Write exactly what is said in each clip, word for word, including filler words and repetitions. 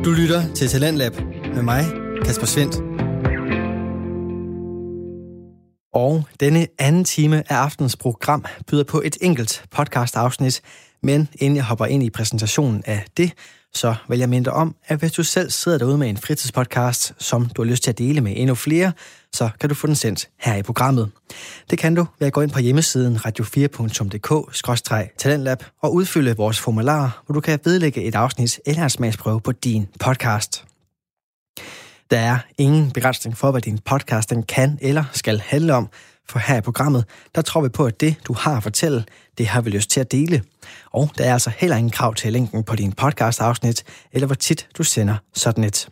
Du lytter til Talentlab med mig, Kasper Svendt. Og denne anden time af aftens program byder på et enkelt podcast-afsnit, men inden jeg hopper ind i præsentationen af det, så vil jeg minde dig om, at hvis du selv sidder derude med en fritidspodcast, som du har lyst til at dele med endnu flere, så kan du få den sendt her i programmet. Det kan du ved at gå ind på hjemmesiden radio fire punktum d k skråstreg talentlab og udfylde vores formular, hvor du kan vedlægge et afsnit eller en smagsprøve på din podcast. Der er ingen begrænsning for, hvad din podcast den kan eller skal handle om, for her i programmet, der tror vi på, at det, du har at fortælle, det har vi lyst til at dele. Og der er altså heller ingen krav til længden på din podcast-afsnit, eller hvor tit du sender sådan et.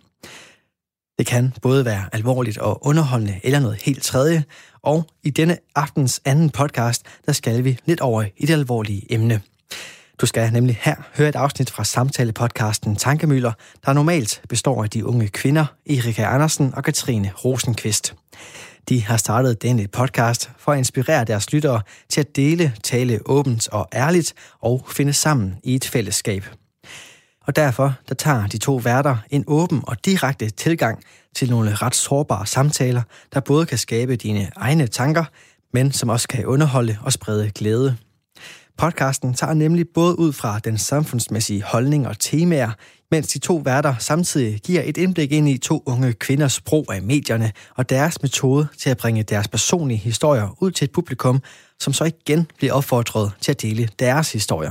Det kan både være alvorligt og underholdende, eller noget helt tredje. Og i denne aftens anden podcast, der skal vi lidt over i det alvorlige emne. Du skal nemlig her høre et afsnit fra samtalepodcasten Tankemøller, der normalt består af de unge kvinder, Erika Andersen og Katrine Rosenqvist. De har startet denne podcast for at inspirere deres lyttere til at dele, tale åbent og ærligt og finde sammen i et fællesskab. Og derfor der tager de to værter en åben og direkte tilgang til nogle ret sårbare samtaler, der både kan skabe dine egne tanker, men som også kan underholde og sprede glæde. Podcasten tager nemlig både ud fra den samfundsmæssige holdning og temaer, mens de to værter samtidig giver et indblik ind i to unge kvinders brug af medierne og deres metode til at bringe deres personlige historier ud til et publikum, som så igen bliver opfordret til at dele deres historier.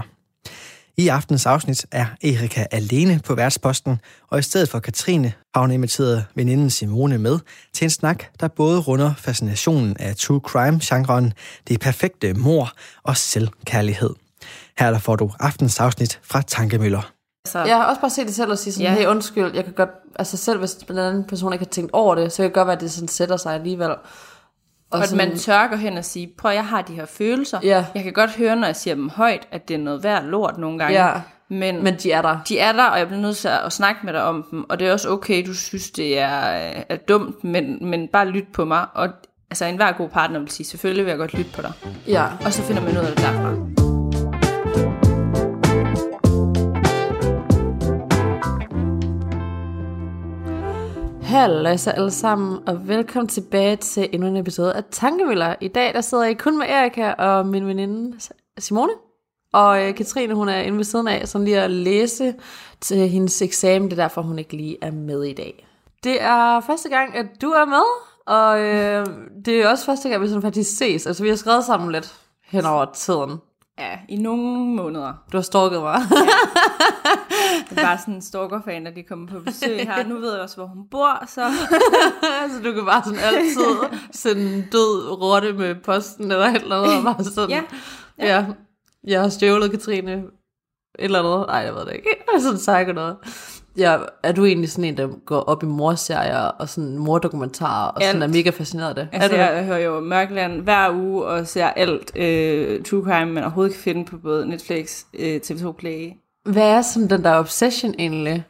I aftens afsnit er Erika alene på værtsposten, og i stedet for Katrine har hun inviteret veninden Simone med til en snak, der både runder fascinationen af true crime-genren, det perfekte mord og selvkærlighed. Her der får du aftens afsnit fra Tankemøller. Så. Jeg har også bare set det selv og sige sådan, ja. Hey, undskyld, jeg kan godt, altså selv hvis den anden person ikke har tænkt over det, så kan det godt være, at det sådan sætter sig alligevel. Og, og sådan, at man tør gå hen og sige, prøv, jeg har de her følelser. Ja. Jeg kan godt høre, når jeg siger dem højt, at det er noget værd lort nogle gange. Ja. Men, men de er der. De er der, og jeg bliver nødt til at snakke med dig om dem. Og det er også okay, du synes, det er, er dumt, men, men bare lyt på mig. Og altså, enhver god partner vil sige, selvfølgelig vil jeg godt lytte på dig. Ja. Og så finder man ud af det derfra. Hallo så alle sammen, og velkommen tilbage til endnu en episode af Tankemøller. I dag der sidder jeg kun med Erika og min veninde Simone. Og øh, Katrine, hun er inde ved siden af, sådan lige at læse til hendes eksamen. Det er derfor, hun ikke lige er med i dag. Det er første gang, at du er med, og øh, det er også første gang, vi sådan faktisk ses. Altså vi har skrevet sammen lidt hen over tiden. Ja, i nogle måneder. Du har stalket mig. Ja. Jeg er bare sådan en stalker-fan, at de kommer på besøg her. Nu ved jeg også, hvor hun bor, så... så du kan bare sådan altid sende en død rotte med posten eller et eller andet. Og bare sådan, ja. Ja. ja. Jeg har stjålet Katrine et eller andet. Nej, jeg ved det ikke. Sådan psycho noget. Ja, er du egentlig sådan en, der går op i morserier og sådan mordokumentarer og sådan er mega fascineret af det? Altså, er jeg, jeg hører jo Mørkland hver uge og ser alt øh, true crime, man overhovedet kan finde på både Netflix, øh, T V to Play. Hvad er sådan den der obsession egentlig?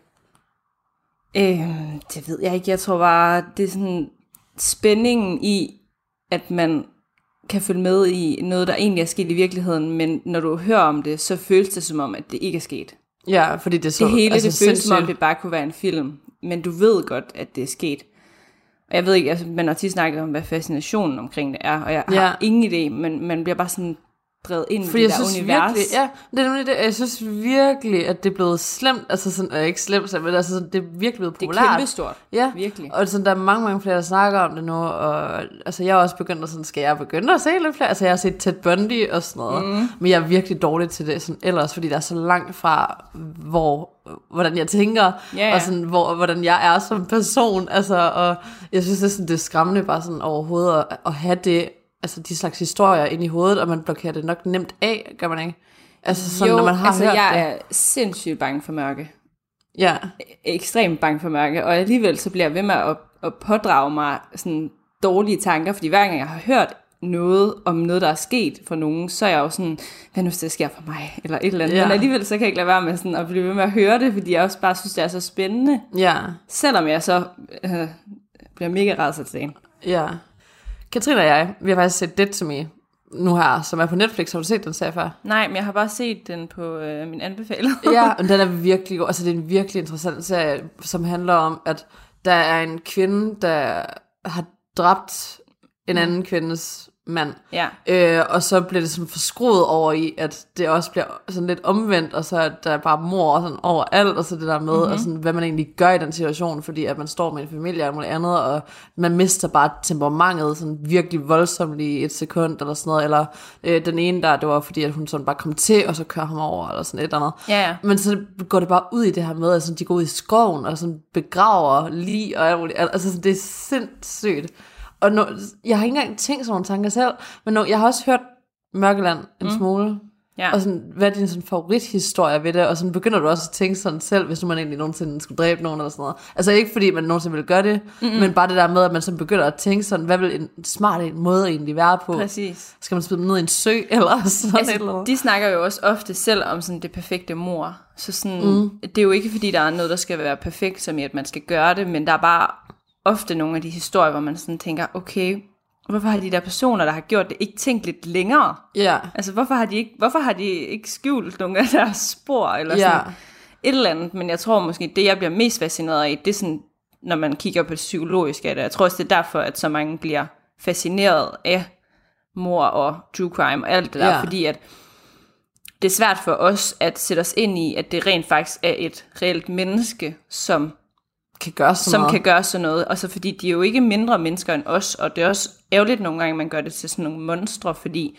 Øh, det ved jeg ikke. Jeg tror bare, det er sådan spændingen i, at man kan følge med i noget, der egentlig er sket i virkeligheden, men når du hører om det, så føles det som om, at det ikke er sket. Ja, fordi det er så... Det hele, altså, det føles sindssygt. som om, det bare kunne være en film, men du ved godt, at det er sket. Og jeg ved ikke, altså, man har tit snakket om, hvad fascinationen omkring det er, og jeg ja. har ingen idé, men man bliver bare sådan drevet ind fordi i det der univers. Virkelig, ja, det er nemlig det. Jeg synes virkelig, at det er blevet slemt. Altså sådan, øh, ikke slemt, men altså sådan, det er virkelig blevet populært. Det er kæmpestort, ja. Virkelig. Og sådan, der er mange, mange flere, der snakker om det nu. Og altså, jeg er også begyndt at sådan, skal jeg begynde at se lidt flere? Altså, jeg har set Ted Bundy og sådan noget. Mm. Men jeg er virkelig dårlig til det sådan, ellers, fordi der er så langt fra, hvor, hvordan jeg tænker. Ja, ja. Og sådan, hvor, hvordan jeg er som person. Altså, og jeg synes, det er, sådan, det er skræmmende bare sådan overhovedet at, at have det, altså de slags historier ind i hovedet, og man blokerer det nok nemt af, gør man ikke? Altså sådan, jo, når man har altså hørt jeg det. er sindssygt bange for mørke. Ja. Ekstremt bange for mørke, og alligevel så bliver jeg ved med at, at pådrage mig sådan dårlige tanker, fordi hver gang jeg har hørt noget om noget, der er sket for nogen, så er jeg jo sådan, hvad nu hvis det sker for mig, eller et eller andet. Ja. Men alligevel så kan jeg ikke lade være med sådan at blive ved med at høre det, fordi jeg også bare synes, det er så spændende. Ja. Selvom jeg så øh, bliver mega rædselsslagen. Ja. Katrine og jeg, vi har faktisk set Dead to Me nu her, som er på Netflix. Har du set den serie før? Nej, men jeg har bare set den på øh, min anbefaling. Ja, og den er virkelig god. Altså, det er en virkelig interessant serie, som handler om, at der er en kvinde, der har dræbt en anden kvindes mand. Ja. Øh, og så bliver det sådan forskruet over i, at det også bliver sådan lidt omvendt, og så er der bare mor og sådan overalt, og så det der med, mm-hmm. og sådan, hvad man egentlig gør i den situation, fordi at man står med en familie og noget andet, og man mister bare temperamentet sådan virkelig voldsomt i et sekund, eller sådan noget, eller øh, den ene der, det var fordi, at hun sådan bare kom til, og så kører ham over, eller sådan et eller andet. Ja, ja. Men så går det bare ud i det her med, at sådan, de går ud i skoven, og sådan begraver lige, og alt muligt. Altså sådan, det er sindssygt. Og nu, jeg har ikke engang tænkt sådan nogle tanker selv, men nu, jeg har også hørt Mørkeland en mm. smule, ja. og sådan, hvad er din sådan favorithistorie ved det, og sådan begynder du også at tænke sådan selv, hvis nu man egentlig nogensinde skulle dræbe nogen eller sådan noget. Altså ikke fordi man nogensinde ville gøre det, Mm-mm. men bare det der med, at man så begynder at tænke sådan, hvad vil en smart måde egentlig være på? Præcis. Skal man spille dem ned i en sø, eller sådan altså, et eller andet? De snakker jo også ofte selv om sådan det perfekte mor, så sådan, mm. det er jo ikke fordi, der er noget, der skal være perfekt, som i at man skal gøre det, men der er bare ofte nogle af de historier, hvor man sådan tænker, okay, hvorfor har de der personer, der har gjort det, ikke tænkt lidt længere? Ja. Yeah. Altså, hvorfor har de ikke, hvorfor har de ikke skjult nogle af deres spor, eller yeah. sådan et eller andet? Men jeg tror måske, det jeg bliver mest fascineret af, det er sådan, når man kigger på det psykologiske af det. Jeg tror også, det er derfor, at så mange bliver fascineret af mor og true crime og alt det der, yeah. fordi at det er svært for os at sætte os ind i, at det rent faktisk er et reelt menneske, som kan gøre sådan som noget. kan gøre sådan noget. Og så fordi de er jo ikke mindre mennesker end os, og det er også ærgerligt nogle gange, man gør det til sådan nogle monstre, fordi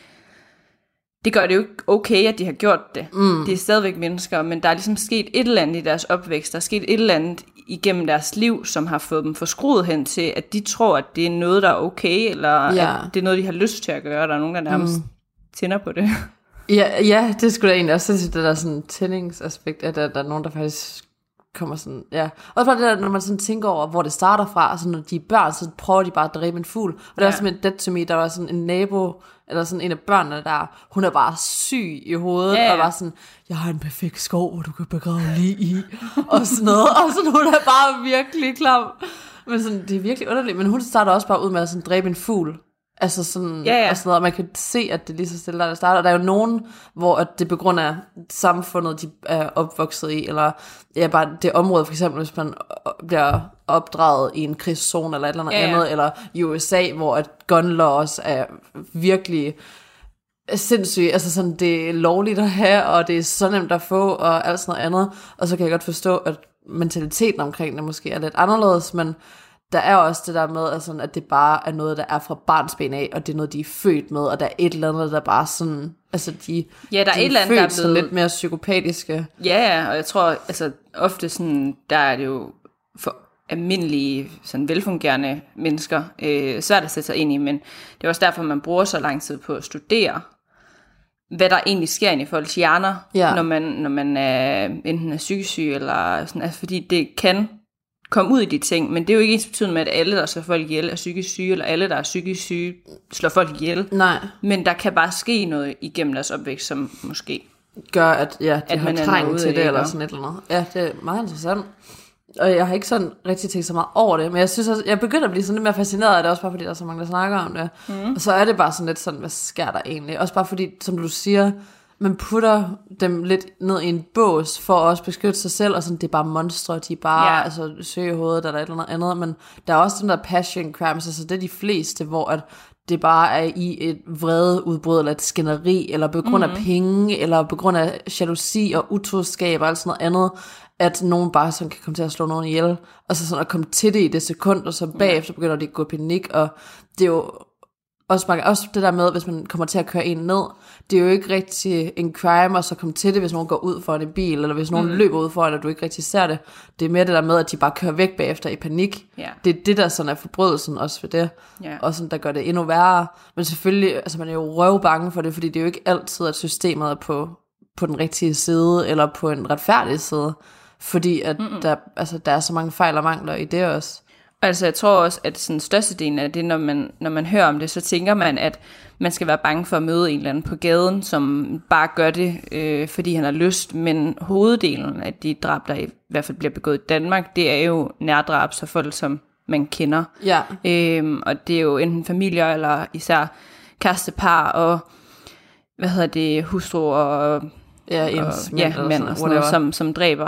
det gør det jo ikke okay, at de har gjort det. Mm. Det er stadigvæk mennesker, men der er ligesom sket et eller andet i deres opvækst, der er sket et eller andet igennem deres liv, som har fået dem forskruet hen til, at de tror, at det er noget, der er okay, eller ja. At det er noget, de har lyst til at gøre. Der er nogen, der nærmest mm. tænder på det. Ja, ja, det skulle da egentlig også sindssygt, det der sådan tændingsaspekt, at der, der er nogen, der faktisk kommer sådan, ja. Og bare det der, når man sådan tænker over, hvor det starter fra, altså når de er børn, så prøver de bare at dræbe en fugl. Og det er ja. Også med Dead to Me, der var sådan en nabo, eller sådan en af børnene der, hun er bare syg i hovedet, ja, ja. Og var sådan, jeg har en perfekt skov, hvor du kan begrave lige i, og sådan noget. Og sådan, hun er bare virkelig klam. Men sådan, det er virkelig underligt, men hun starter også bare ud med at sådan dræbe en fugl. Altså sådan, ja, ja. Og sådan noget, og man kan se, at det lige så stille, der starter. Og der er jo nogen, hvor at det på grund af samfundet, de er opvokset i, eller ja, bare det område, for eksempel, hvis man bliver opdraget i en krigszone, eller et eller andet, ja, ja. andet, eller i U S A, hvor at gun laws er virkelig sindssygt, altså sådan, det er lovligt at have, og det er så nemt at få, og alt sådan noget andet. Og så kan jeg godt forstå, at mentaliteten omkring det måske er lidt anderledes, men der er også det der med, altså, at det bare er noget, der er fra barnsben af, og det er noget, de er født med, og der er et eller andet, der bare sådan, altså de, ja, der er, de et eller andet, født der er blevet sådan lidt mere psykopatiske. Ja, og jeg tror, altså ofte sådan, der er det jo for almindelige, sådan velfungerende mennesker, øh, svært at sætte sig ind i, men det er også derfor, man bruger så lang tid på at studere, hvad der egentlig sker inde i folks hjerner, ja. når, man, når man er enten er psykisk syg, eller sådan, altså, fordi det kan komme ud i de ting, men det er jo ikke ens betydende med, at alle, der slår folk ihjel, er psykisk syge, eller alle, der er psykisk syge, slår folk ihjel. Nej. Men der kan bare ske noget igennem deres opvækst, som måske gør, at ja, de at har trængt til det, det, eller sådan et eller andet. Ja, det er meget interessant. Og jeg har ikke sådan rigtig tænkt så meget over det, men jeg synes også, jeg begynder at blive sådan lidt mere fascineret af det, også bare fordi der er så mange, der snakker om det. Mm. Og så er det bare sådan lidt sådan, hvad sker der egentlig? Også bare fordi, som du siger, man putter dem lidt ned i en bås for at også beskytte sig selv, og sådan, det er bare monstre, de er bare yeah. altså, søge i hovedet, eller et eller andet andet, men der er også den der passion crimes, altså det er de fleste, hvor at det bare er i et vredeudbrud, eller et skænderi, eller på grund af mm-hmm. penge, eller på grund af jalousi og utroskab, og alt sådan noget andet, at nogen bare sådan kan komme til at slå nogen ihjel, og så sådan at komme til det i det sekund, og så bagefter begynder de at gå i panik, og det er jo Også, mange, også det der med, hvis man kommer til at køre en ned, det er jo ikke rigtig en crime at så komme til det, hvis nogen går ud for en bil, eller hvis nogen mm. løber ud for en, og du ikke rigtig ser det. Det er mere det der med, at de bare kører væk bagefter i panik. Yeah. Det er det, der sådan er forbrydelsen også for det, yeah. og sådan, der gør det endnu værre. Men selvfølgelig, altså man er jo røvbange for det, fordi det er jo ikke altid, at systemet er på, på den rigtige side, eller på en retfærdig side, fordi at der, altså, der er så mange fejl og mangler i det også. Altså jeg tror også, at sådan størstedelen af det, når man, når man hører om det, så tænker man, at man skal være bange for at møde en eller anden på gaden, som bare gør det, øh, fordi han har lyst. Men hoveddelen af de drab, der i hvert fald bliver begået i Danmark, det er jo nærdrab, så folk som man kender. Ja. Øhm, og det er jo enten familier, eller især kærestepar og, hvad hedder det, hustru og, Ja, ens og, mænd, ja, eller mænd sådan, og sådan noget, som, som dræber.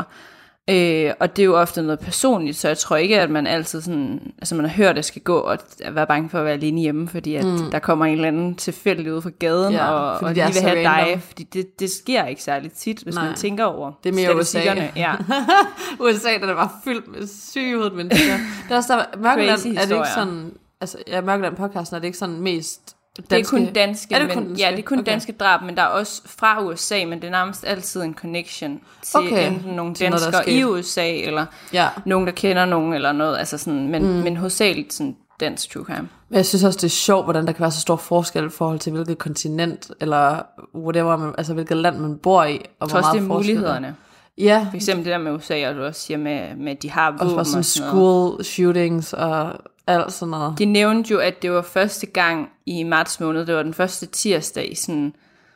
Øh, og det er jo ofte noget personligt, så jeg tror ikke, at man altid sådan, altså man har hørt, at det skal gå og være bange for at være alene hjemme, fordi at mm. der kommer en eller anden tilfældig ud fra gaden, ja, og, og lige vil have dig, fordi det, det sker ikke særlig tit, hvis Nej. man tænker over det er mere U S A. Ja. U S A, der var fyldt med sygehovedet mennesker. Der er også der, Mørkeland, er det ikke sådan, altså ja, Mørkeland podcasten, er det ikke sådan mest danske? Det er kun danske, er det kun men, danske? ja, det er kun okay. danske drab, men der er også fra U S A, men det er nærmest altid en connection til okay. enten nogle til danskere noget, i U S A, eller ja. nogen, der kender nogen, eller noget, altså sådan, men, mm. men hovedsageligt sådan dansk true crime. Men jeg synes også, det er sjovt, hvordan der kan være så stor forskel i forhold til, hvilket kontinent, eller whatever, man, altså hvilket land man bor i, og hvor meget det er mulighederne. Ja. For eksempel det der med U S A, og du også siger med, med at de har våben og sådan, og sådan school noget. Shootings og alt sådan noget. De nævnte jo, at det var første gang i marts måned, det var den første tirsdag i sådan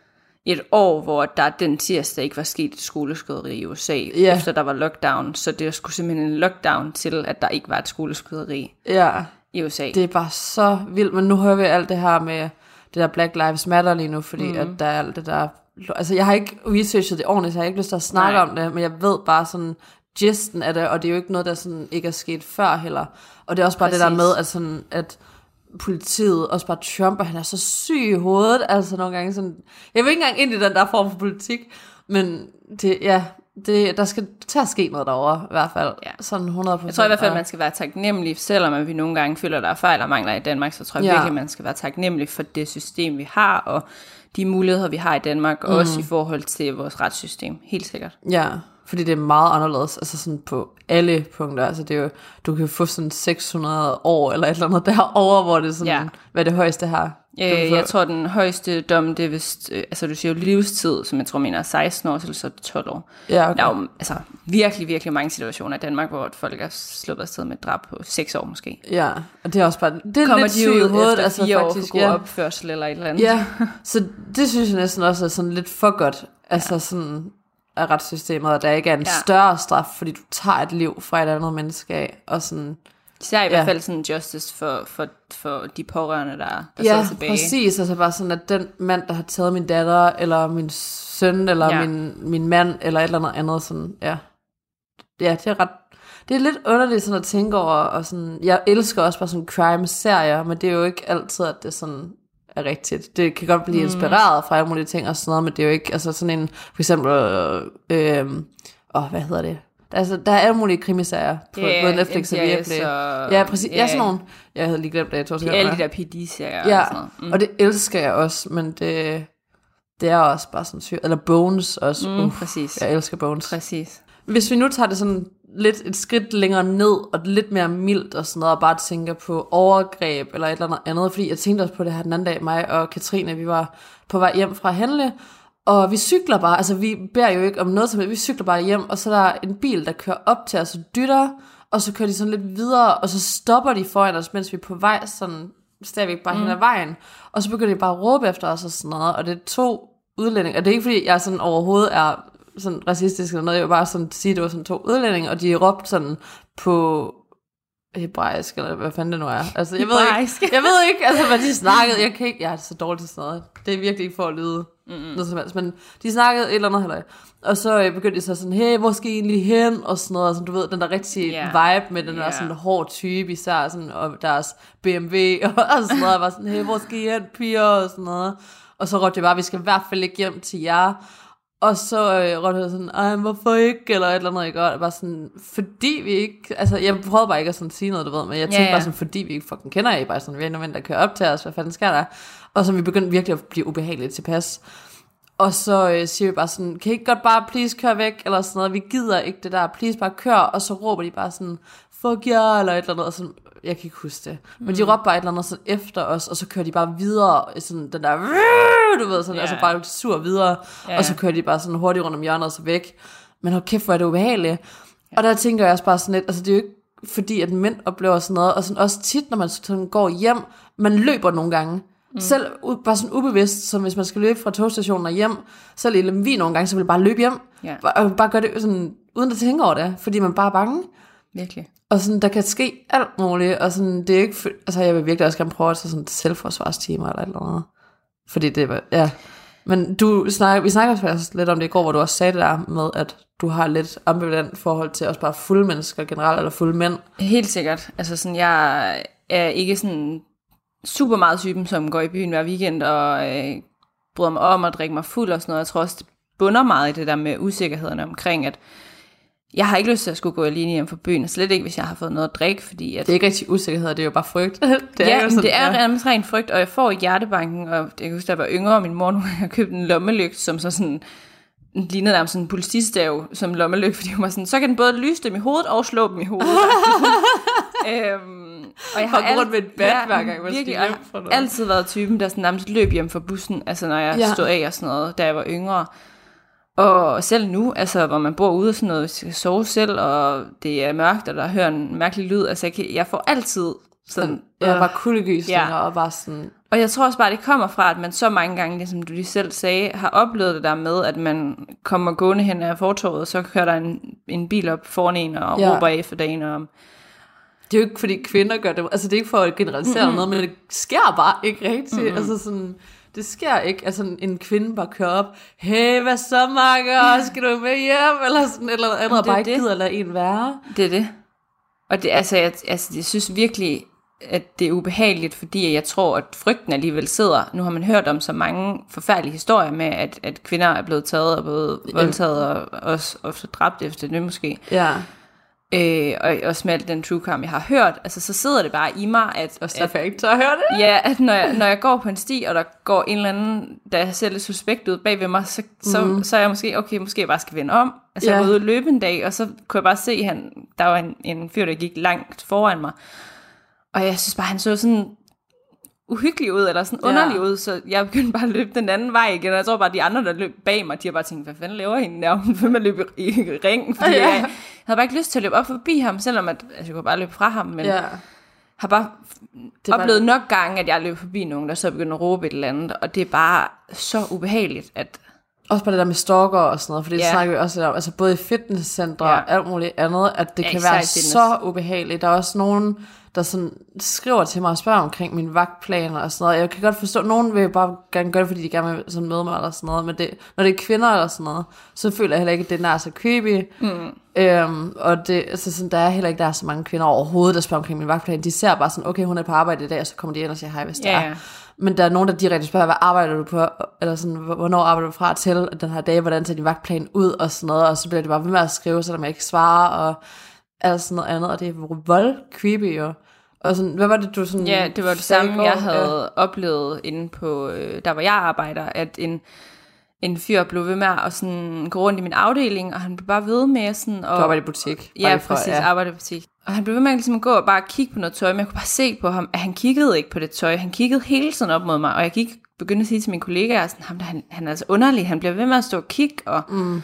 et år, hvor der den tirsdag ikke var sket et skoleskyderi i U S A, ja. Efter der var lockdown. Så det skulle simpelthen en lockdown til, at der ikke var et skoleskyderi ja. i U S A. Det er bare så vildt, men nu hører vi alt det her med det der Black Lives Matter lige nu, fordi mm. at der er alt det der. Altså jeg har ikke researchet det ordentligt, så jeg har ikke lyst til at snakke Nej. om det, men jeg ved bare sådan gisten af det, og det er jo ikke noget, der sådan ikke er sket før heller. Og det er også bare Præcis. det der med, at, sådan, at politiet, også bare Trump, og han er så syg i hovedet, altså nogle gange sådan, jeg vil ikke engang ind i den der form for politik, men det, ja, det, der skal til at ske noget derovre, i hvert fald, ja. Sådan hundrede procent. Jeg tror i hvert fald, man skal være taknemmelig, selvom vi nogle gange føler, der er fejl og mangler i Danmark, så tror jeg ja. virkelig, man skal være taknemmelig for det system, vi har, og de muligheder, vi har i Danmark, og mm. også i forhold til vores retssystem, helt sikkert. Ja, fordi det er meget anderledes, altså sådan på alle punkter, altså det er jo, du kan få sådan seks hundrede år, eller et eller andet derovre, hvor det er sådan, ja. hvad er det højeste her? Øh, jeg tror, den højeste dom, det er vist, øh, altså du siger jo livstid, som jeg tror, mener er seksten år, eller så er det tolv år. Ja, okay. Der er jo altså, virkelig, virkelig mange situationer i Danmark, hvor folk er sluppet afsted med drab på seks år måske. Ja, og det er også bare, det er kommer lidt de ud hovedet, efter altså, fire faktisk, år for god ja. opførsel eller et eller andet. Ja, så det synes jeg næsten også er sådan lidt for godt, altså ja. sådan af retssystemet, at der ikke er en ja. større straf, fordi du tager et liv fra et andet menneske af, og sådan. Især i ja. hvert fald sådan justice for, for, for de pårørende, der, der ja, sidder tilbage. Ja, præcis. Altså bare sådan, at den mand, der har taget min datter, eller min søn, eller ja. min, min mand, eller et eller andet andet, sådan, ja. Ja, det er ret, det er lidt underligt sådan at tænke over, og sådan, jeg elsker også bare sådan crime-serier, men det er jo ikke altid, at det sådan er rigtigt. Det kan godt blive inspireret fra alle mulige ting og sådan noget, men det er jo ikke, altså sådan en, for eksempel, øh, øh, åh, hvad hedder det? Altså, der er alle mulige krimiserier på yeah, både Netflix og Viaplay. Ja, præcis. Yeah. Ja, sådan nogle. Jeg havde lige glemt det, jeg tror. Det er alle de der P D-serier. Ja, og, sådan mm. og det elsker jeg også, men det, det er også bare sådan sygt. Eller Bones også. Mm, Uf, præcis. Jeg elsker Bones. Præcis. Hvis vi nu tager det sådan lidt et skridt længere ned, og lidt mere mildt og sådan noget, og bare tænker på overgreb eller et eller andet andet, fordi jeg tænkte også på det her den anden dag, mig og Katrine, vi var på vej hjem fra Henle, og vi cykler bare, altså vi beder jo ikke om noget som helst, vi cykler bare hjem, og så er der en bil, der kører op til os og dytter, og så kører de sådan lidt videre, og så stopper de foran os, mens vi er på vej sådan stadigvæk bare mm. hen ad vejen, og så begynder de bare at råbe efter os og sådan noget, og det er to udlændinge, og det er ikke fordi, jeg sådan overhovedet er sådan racistisk eller noget, jeg vil bare sådan sige, det var sådan to udlændinge, og de råbte sådan på hebraisk, eller hvad fanden det nu er. Altså, jeg ved ikke, jeg ved ikke, altså, hvad de snakkede. Jeg kan ikke, jeg er så dårlig til sådan noget. Det er virkelig ikke for at lyde mm-hmm. noget som helst, men de snakkede et eller andet heller. Og så øh, begyndte de så sådan, hey, hvor skal I egentlig hen? Og sådan noget, og sådan, du ved, den der rigtige yeah. vibe med den yeah. der sådan hård type, især sådan, og deres B M W, og sådan noget. Jeg var sådan, hey, hvor skal I hen, piger? Og sådan noget. Og så råbte jeg bare, vi skal i hvert fald ikke hjem til jer. Og så øh, rådte jeg sådan, ej, hvorfor ikke? Eller et eller andet, jeg gør. Bare sådan, fordi vi ikke, altså jeg prøvede bare ikke at sådan sige noget, du ved, men jeg tænkte ja, ja. bare sådan, fordi vi ikke fucking kender jer, bare sådan, vi er nogle mænd, der kører op til os, hvad fanden sker der? Og så vi begyndte virkelig at blive ubehageligt tilpas. Og så øh, siger vi bare sådan, kan I ikke godt bare please køre væk, eller sådan noget, vi gider ikke det der, please bare kør. Og så råber de bare sådan, fuck jer, eller et eller andet, og sådan, jeg kan ikke huske det. Men mm. de råbte bare et eller andet sådan efter os, og så kører de bare videre, sådan den der, du ved, sådan, yeah. altså bare sur videre, yeah. og så kører de bare sådan hurtigt rundt om hjørnet og så væk. Men hold kæft, hvor er det ubehageligt. Yeah. Og der tænker jeg også bare sådan lidt, altså det er jo ikke fordi, at mænd oplever sådan noget, og sådan også tit, når man sådan går hjem, man løber nogle gange, mm. selv bare sådan ubevidst, som hvis man skal løbe fra togstationen og hjem, selv i Lemvig nogle gange, så vil jeg bare løbe hjem, yeah. og bare gøre det sådan, uden at tænke over det, fordi man bare er bange. Virkelig. Og sådan, der kan ske alt muligt, og sådan, det er ikke, for, altså jeg vil virkelig også gerne prøve at tage sådan selvforsvarstimer eller et eller andet. Fordi det var, ja. Men du snakker, vi snakker faktisk lidt om det i går, hvor du også sagde det der med, at du har lidt ambivalent forhold til også bare fulde mennesker generelt, eller fulde mænd. Helt sikkert. Altså sådan, jeg er ikke sådan super meget typen, som går i byen hver weekend og øh, bryder mig om at drikke mig fuld og sådan noget. Jeg tror også, det bunder meget i det der med usikkerhederne omkring, at jeg har ikke lyst til at skulle gå alene hjem fra byen, og slet ikke, hvis jeg har fået noget at drikke, fordi at... Det er ikke rigtig usikkerhed, det er jo bare frygt. det er ja, jo sådan, det er ja. rent rent frygt, og jeg får hjertebanken, og jeg kan huske, da jeg var yngre, og min mor nu har købt en lommelygt, som så sådan lignede nærmest sådan en politistav som lommelygt, fordi hun var sådan, så kan den både lyse dem i hovedet og slå dem i hovedet. øhm, og jeg har alt, rundt med et bat, hver gang man virkelig, skal hjem fra noget. altid været typen, der sådan nærmest løb hjem fra bussen, altså når jeg ja. stod af og sådan noget, da jeg var yngre. Og selv nu, altså hvor man bor ude og sådan noget, skal sove selv, og det er mørkt, og der hører en mærkelig lyd, altså jeg, kan, jeg får altid sådan... Jeg øh, var kuldegysninger ja. og bare sådan... Og jeg tror også bare, det kommer fra, at man så mange gange, ligesom du lige selv sagde, har oplevet det der med, at man kommer gående hen ad fortovet, og så kører der en, en bil op foran en, og ja. råber efter dagen om... Det er jo ikke, fordi kvinder gør det, altså det er ikke for at generalisere mm-hmm. noget, men det sker bare ikke rigtigt, mm-hmm. altså sådan... Det sker ikke, altså en kvinde bare kører op, hey, hvad så, makker, skal du med hjem, eller sådan, eller andet, bare ikke gider at lade en være. Det er det. Og det, altså, jeg, altså, jeg synes virkelig, at det er ubehageligt, fordi jeg tror, at frygten alligevel sidder. Nu har man hørt om så mange forfærdelige historier med, at, at kvinder er blevet taget og blevet voldtaget og også, også dræbt efter det måske. Ja. Øh, og også med alt den true crime, jeg har hørt, altså så sidder det bare i mig, at... Og så er ikke til at høre det. Ja, at når jeg, når jeg går på en sti, og der går en eller anden, der ser lidt suspekt ud bag ved mig, så, så, mm. så er jeg måske, okay, måske jeg bare skal vende om. Altså ja. jeg var ude og løbe en dag, og så kunne jeg bare se, at han, der var en, en fyr, der gik langt foran mig. Og jeg synes bare, han så sådan uhyggelig ud, eller sådan underlig ja. ud, så jeg begyndte bare at løbe den anden vej igen, og jeg tror bare, de andre, der løb bag mig, de har bare tænkt, hvad fanden laver hende der? Hun vil med at løbe i ring, fordi ja. jeg havde bare ikke lyst til at løbe op forbi ham, selvom at, altså, jeg kunne bare løbe fra ham, men ja. har bare det oplevet bare... nok gange, at jeg løb forbi nogen, der så begyndte at råbe et eller andet, og det er bare så ubehageligt, at... Også bare det der med stalker og sådan noget, for det ja. snakker vi også om, altså både i fitnesscentre ja. og alt muligt andet, at det ja, kan være så ubehageligt. Der er også nogen, der sådan skriver til mig og spørger omkring mine vagtplaner og sådan noget. Jeg kan godt forstå, at nogen vil bare gerne gøre det, fordi de gerne vil sådan møde mig eller sådan noget, men det, når det er kvinder eller sådan noget, så føler jeg heller ikke, at det er nær så creepy. Mm. Øhm, og det, altså sådan, der er heller ikke der er så mange kvinder overhovedet, der spørger omkring min vagtplan. De ser bare sådan, okay, hun er på arbejde i dag, og så kommer de ind og siger hej, hvis der yeah. er. Men der er nogen, der direkte spørger, hvad arbejder du på? Eller sådan, hvornår arbejder du fra til den her dag? Hvordan ser din vagtplan ud? Og sådan noget. Og så bliver det bare ved med at skrive, selvom jeg ikke svarer. Og alt sådan noget andet. Og det er vold creepy jo. Og sådan, hvad var det, du sådan... Ja, det var det samme, jeg havde ja. oplevet inde på, øh, der hvor jeg arbejder, at en, en fyr blev ved med at sådan gå rundt i min afdeling, og han blev bare ved med sådan... Og, du arbejder i butik. Ja, for, præcis, ja. arbejder i butik. Og han blev ved med ligesom at gå og bare kigge på noget tøj, men jeg kunne bare se på ham, at han kiggede ikke på det tøj. Han kiggede hele tiden op mod mig, og jeg gik begyndte at sige til mine kollegaer, sådan, ham, han, han er altså underlig, han bliver ved med at stå og kigge, og mm.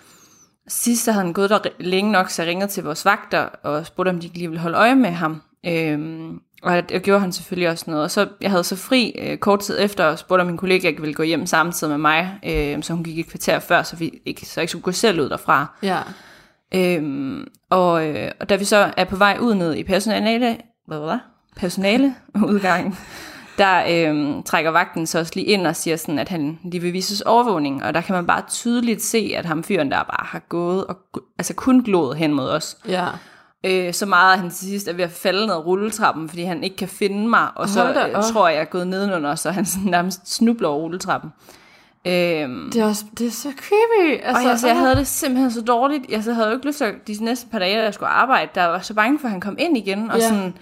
sidst havde han gået der længe nok, så jeg ringede til vores vagter, og spurgte, om de lige ville holde øje med ham. Øhm, og det gjorde han selvfølgelig også noget. Og så, jeg havde så fri øh, kort tid efter, og spurgte, om min kollega ikke ville gå hjem samtidig med mig, øh, så hun gik et kvarter før, så vi ikke, så jeg ikke skulle gå selv ud derfra. Ja. Øhm, og, øh, og da vi så er på vej ud ned i personale, hvad var det? Personaleudgangen, der øh, trækker vagten så også lige ind og siger sådan, at han lige vil vises overvågning, og der kan man bare tydeligt se, at ham fyren der bare har gået og altså kun glået hen mod os. Ja. Øh, så meget, at han til sidst er ved at falde ned ad rulletrappen, fordi han ikke kan finde mig, og så øh, tror jeg, jeg er gået nedenunder, så han sådan nærmest snubler over rulletrappen. Øhm, det, er også, det er så creepy. Altså, og jeg, så jeg havde det simpelthen så dårligt. Jeg så havde jo ikke lyst til de næste par dage, da jeg skulle arbejde, der var så bange for, at han kom ind igen, og ja. sådan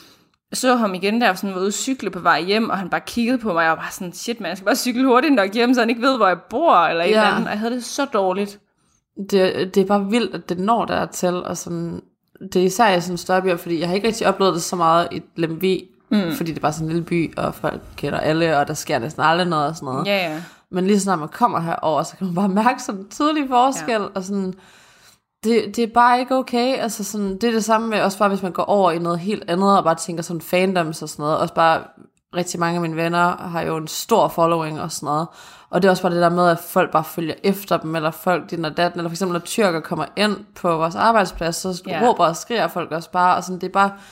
så ham igen der, og sådan var ude at cykle på vej hjem, og han bare kiggede på mig, og jeg var bare sådan, shit man, jeg skal bare cykle hurtigt nok hjem, så han ikke ved, hvor jeg bor, eller ja. et eller andet, og jeg havde det så dårligt. Det, det er bare vildt, at det når der til, og sådan, det er især i sådan en større by, fordi jeg har ikke rigtig oplevet det så meget i Lemvig, mm. fordi det er bare sådan en lille by, og folk kender alle, og der sker næsten aldrig noget og sådan noget. Ja, ja. Men lige så snart man kommer herover, så kan man bare mærke sådan en tydelig forskel, ja. og sådan, det, det er bare ikke okay, altså sådan, det er det samme med, også bare hvis man går over i noget helt andet, og bare tænker sådan fandoms og sådan noget, også bare, rigtig mange af mine venner har jo en stor following og sådan noget, og det er også bare det der med, at folk bare følger efter dem, eller folk din og datten, eller for eksempel når tyrker kommer ind på vores arbejdsplads, så yeah. råber og skriger folk også bare, og sådan, det er bare,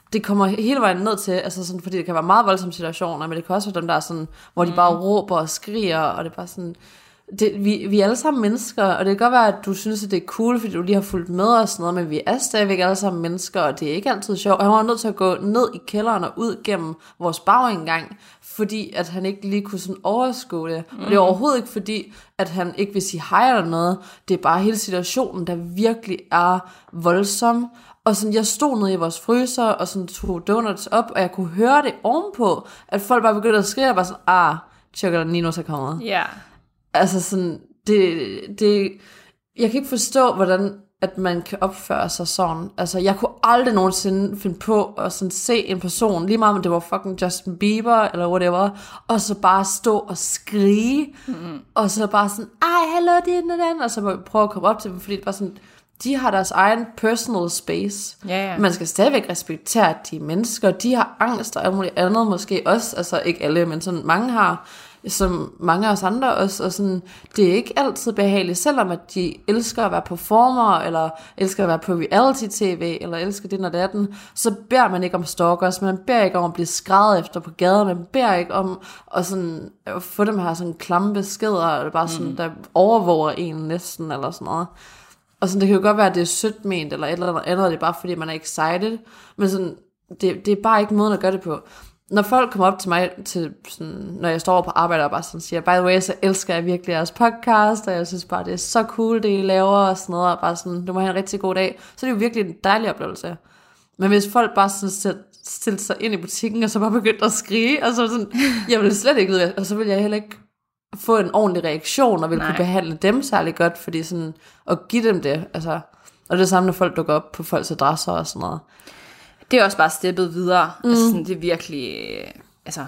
det kommer hele vejen ned til, altså sådan, fordi det kan være meget voldsomme situationer, men det kan også være dem, der er sådan, hvor de bare råber og skriger, og det er bare sådan, det, vi, vi er alle sammen mennesker, og det kan godt være, at du synes, at det er cool, fordi du lige har fulgt med og sådan noget, men vi er stadigvæk alle sammen mennesker, og det er ikke altid sjovt. Og han var nødt til at gå ned i kælderen og ud gennem vores bagindgang, fordi at han ikke lige kunne sådan overskue det. Mm. Og det er overhovedet ikke fordi, at han ikke vil sige hej eller noget. Det er bare hele situationen, der virkelig er voldsom. Og sådan, jeg stod nede i vores fryser, og sådan tog donuts op, og jeg kunne høre det ovenpå, at folk bare begyndte at skrige, og bare sådan, ah, Chocolatininos er kommet. Ja. Yeah. Altså sådan, det, det, jeg kan ikke forstå, hvordan at man kan opføre sig sådan. Altså, jeg kunne aldrig nogensinde finde på at sådan se en person, lige meget om det var fucking Justin Bieber, eller whatever, og så bare stå og skrige, mm-hmm. og så bare sådan, ej, hallo, det er den og den, og så prøve at komme op til dem, fordi det var sådan, de har deres egen personal space. Ja, ja. Man skal stadigvæk respektere, at de er mennesker, de har angst og alt muligt andet, måske også, altså ikke alle, men sådan mange har, som mange af os andre også, og sådan, det er ikke altid behageligt, selvom at de elsker at være performer, eller elsker at være på reality-tv, eller elsker det og datten, så beder man ikke om stalkers, man beder ikke om at blive skrædet efter på gaden, man beder ikke om at, sådan, at få dem her sådan klamme beskeder, eller bare sådan, mm. der overvåger en næsten, eller sådan noget. Og sådan, det kan jo godt være, at det er sødt ment, eller et eller andet, det er bare fordi, man er excited, men sådan, det, det er bare ikke måden at gøre det på. Når folk kommer op til mig, til sådan, når jeg står på arbejde og bare sådan siger, by the way, så elsker jeg virkelig jeres podcast, og jeg synes bare, det er så cool, det I laver, og sådan noget, og bare sådan, du må have en rigtig god dag, så er det jo virkelig en dejlig oplevelse. Men hvis folk bare sådan stiller sig ind i butikken, og så bare begyndte at skrige, og så sådan, jeg ville slet ikke vide, og så ville jeg heller ikke få en ordentlig reaktion, og ville Nej. kunne behandle dem særlig godt, fordi sådan, at give dem det, altså, og det er samme, når folk dukker op på folks adresser og sådan noget. Det er også bare steppet videre. Mm. Altså sådan, det er virkelig, altså,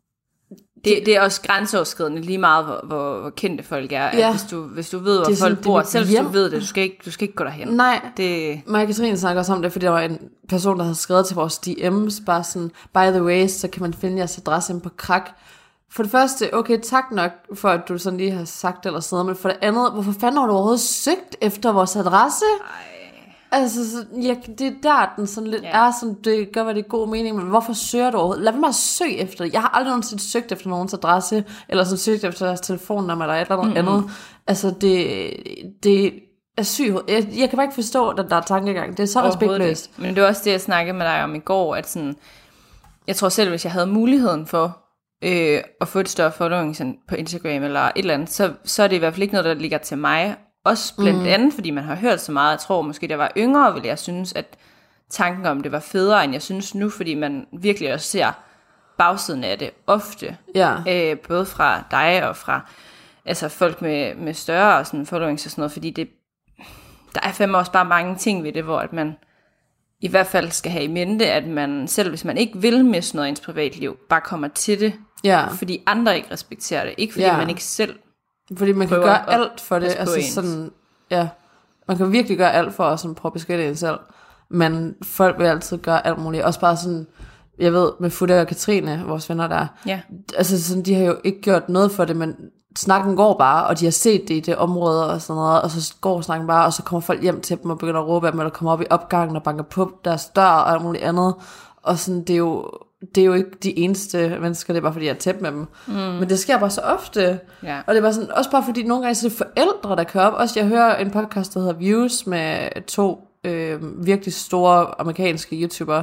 det, det er også grænseoverskridende lige meget, hvor, hvor, hvor kendte folk er. Ja. Hvis, du, hvis du ved, hvor folk sådan, bor, selv hvis du ved det, du skal ikke, du skal ikke gå derhen. Nej, det... mig og Katrine snakker også om det, fordi der var en person, der havde skrevet til vores D M's, bare sådan, by the way, så kan man finde jeres adresse inde på Krak. For det første, okay, tak nok for, at du sådan lige har sagt det eller sådan noget, men for det andet, hvorfor fanden har du overhovedet søgt efter vores adresse? Ej. Altså, så, ja, det er der, den sådan lidt yeah. er sådan, det gør, hvad det er god mening, men hvorfor søger du overhovedet? Lad mig bare søge efter det. Jeg har aldrig nogensinde søgt efter nogens adresse, eller sådan søgt efter deres telefonnummer, eller et eller andet mm-hmm. andet. Altså, det, det er sygt. Jeg, jeg kan bare ikke forstå, at der er tankegang. Det er så respektløst. Men det var også det, jeg snakkede med dig om i går, at sådan, jeg tror selv, hvis jeg havde muligheden for øh, at få et større following på Instagram, eller et eller andet, så, så er det i hvert fald ikke noget, der ligger til mig. Også blandt mm. andet, fordi man har hørt så meget. Jeg tror måske, der var yngre, ville jeg synes, at tanken om det var federe, end jeg synes nu, fordi man virkelig også ser bagsiden af det ofte. Ja. Øh, både fra dig og fra altså folk med, med større sådan, followings og sådan noget, fordi det, der er fandme også bare mange ting ved det, hvor at man i hvert fald skal have i mente, at man selv, hvis man ikke vil miste noget i ens privatliv, bare kommer til det, ja. fordi andre ikke respekterer det. Ikke fordi ja. man ikke selv fordi man kan gøre alt for det, altså sådan, ja, man kan virkelig gøre alt for at sådan prøve at beskytte en selv, men folk vil altid gøre alt muligt, også bare sådan, jeg ved, med Futte og Katrine, vores venner der, ja. altså sådan, de har jo ikke gjort noget for det, men snakken går bare, og de har set det i det område og sådan noget, og så går snakken bare, og så kommer folk hjem til dem og begynder at råbe af dem, eller kommer op i opgangen og banker på deres dør og alt muligt andet, og sådan, det er jo, det er jo ikke de eneste mennesker, det er bare fordi jeg er tæt med dem. Mm. Men det sker bare så ofte. Ja. Og det er bare sådan, også bare fordi nogle gange så er det forældre, der kører op. Også jeg hører en podcast, der hedder Views, med to øh, virkelig store amerikanske YouTubere.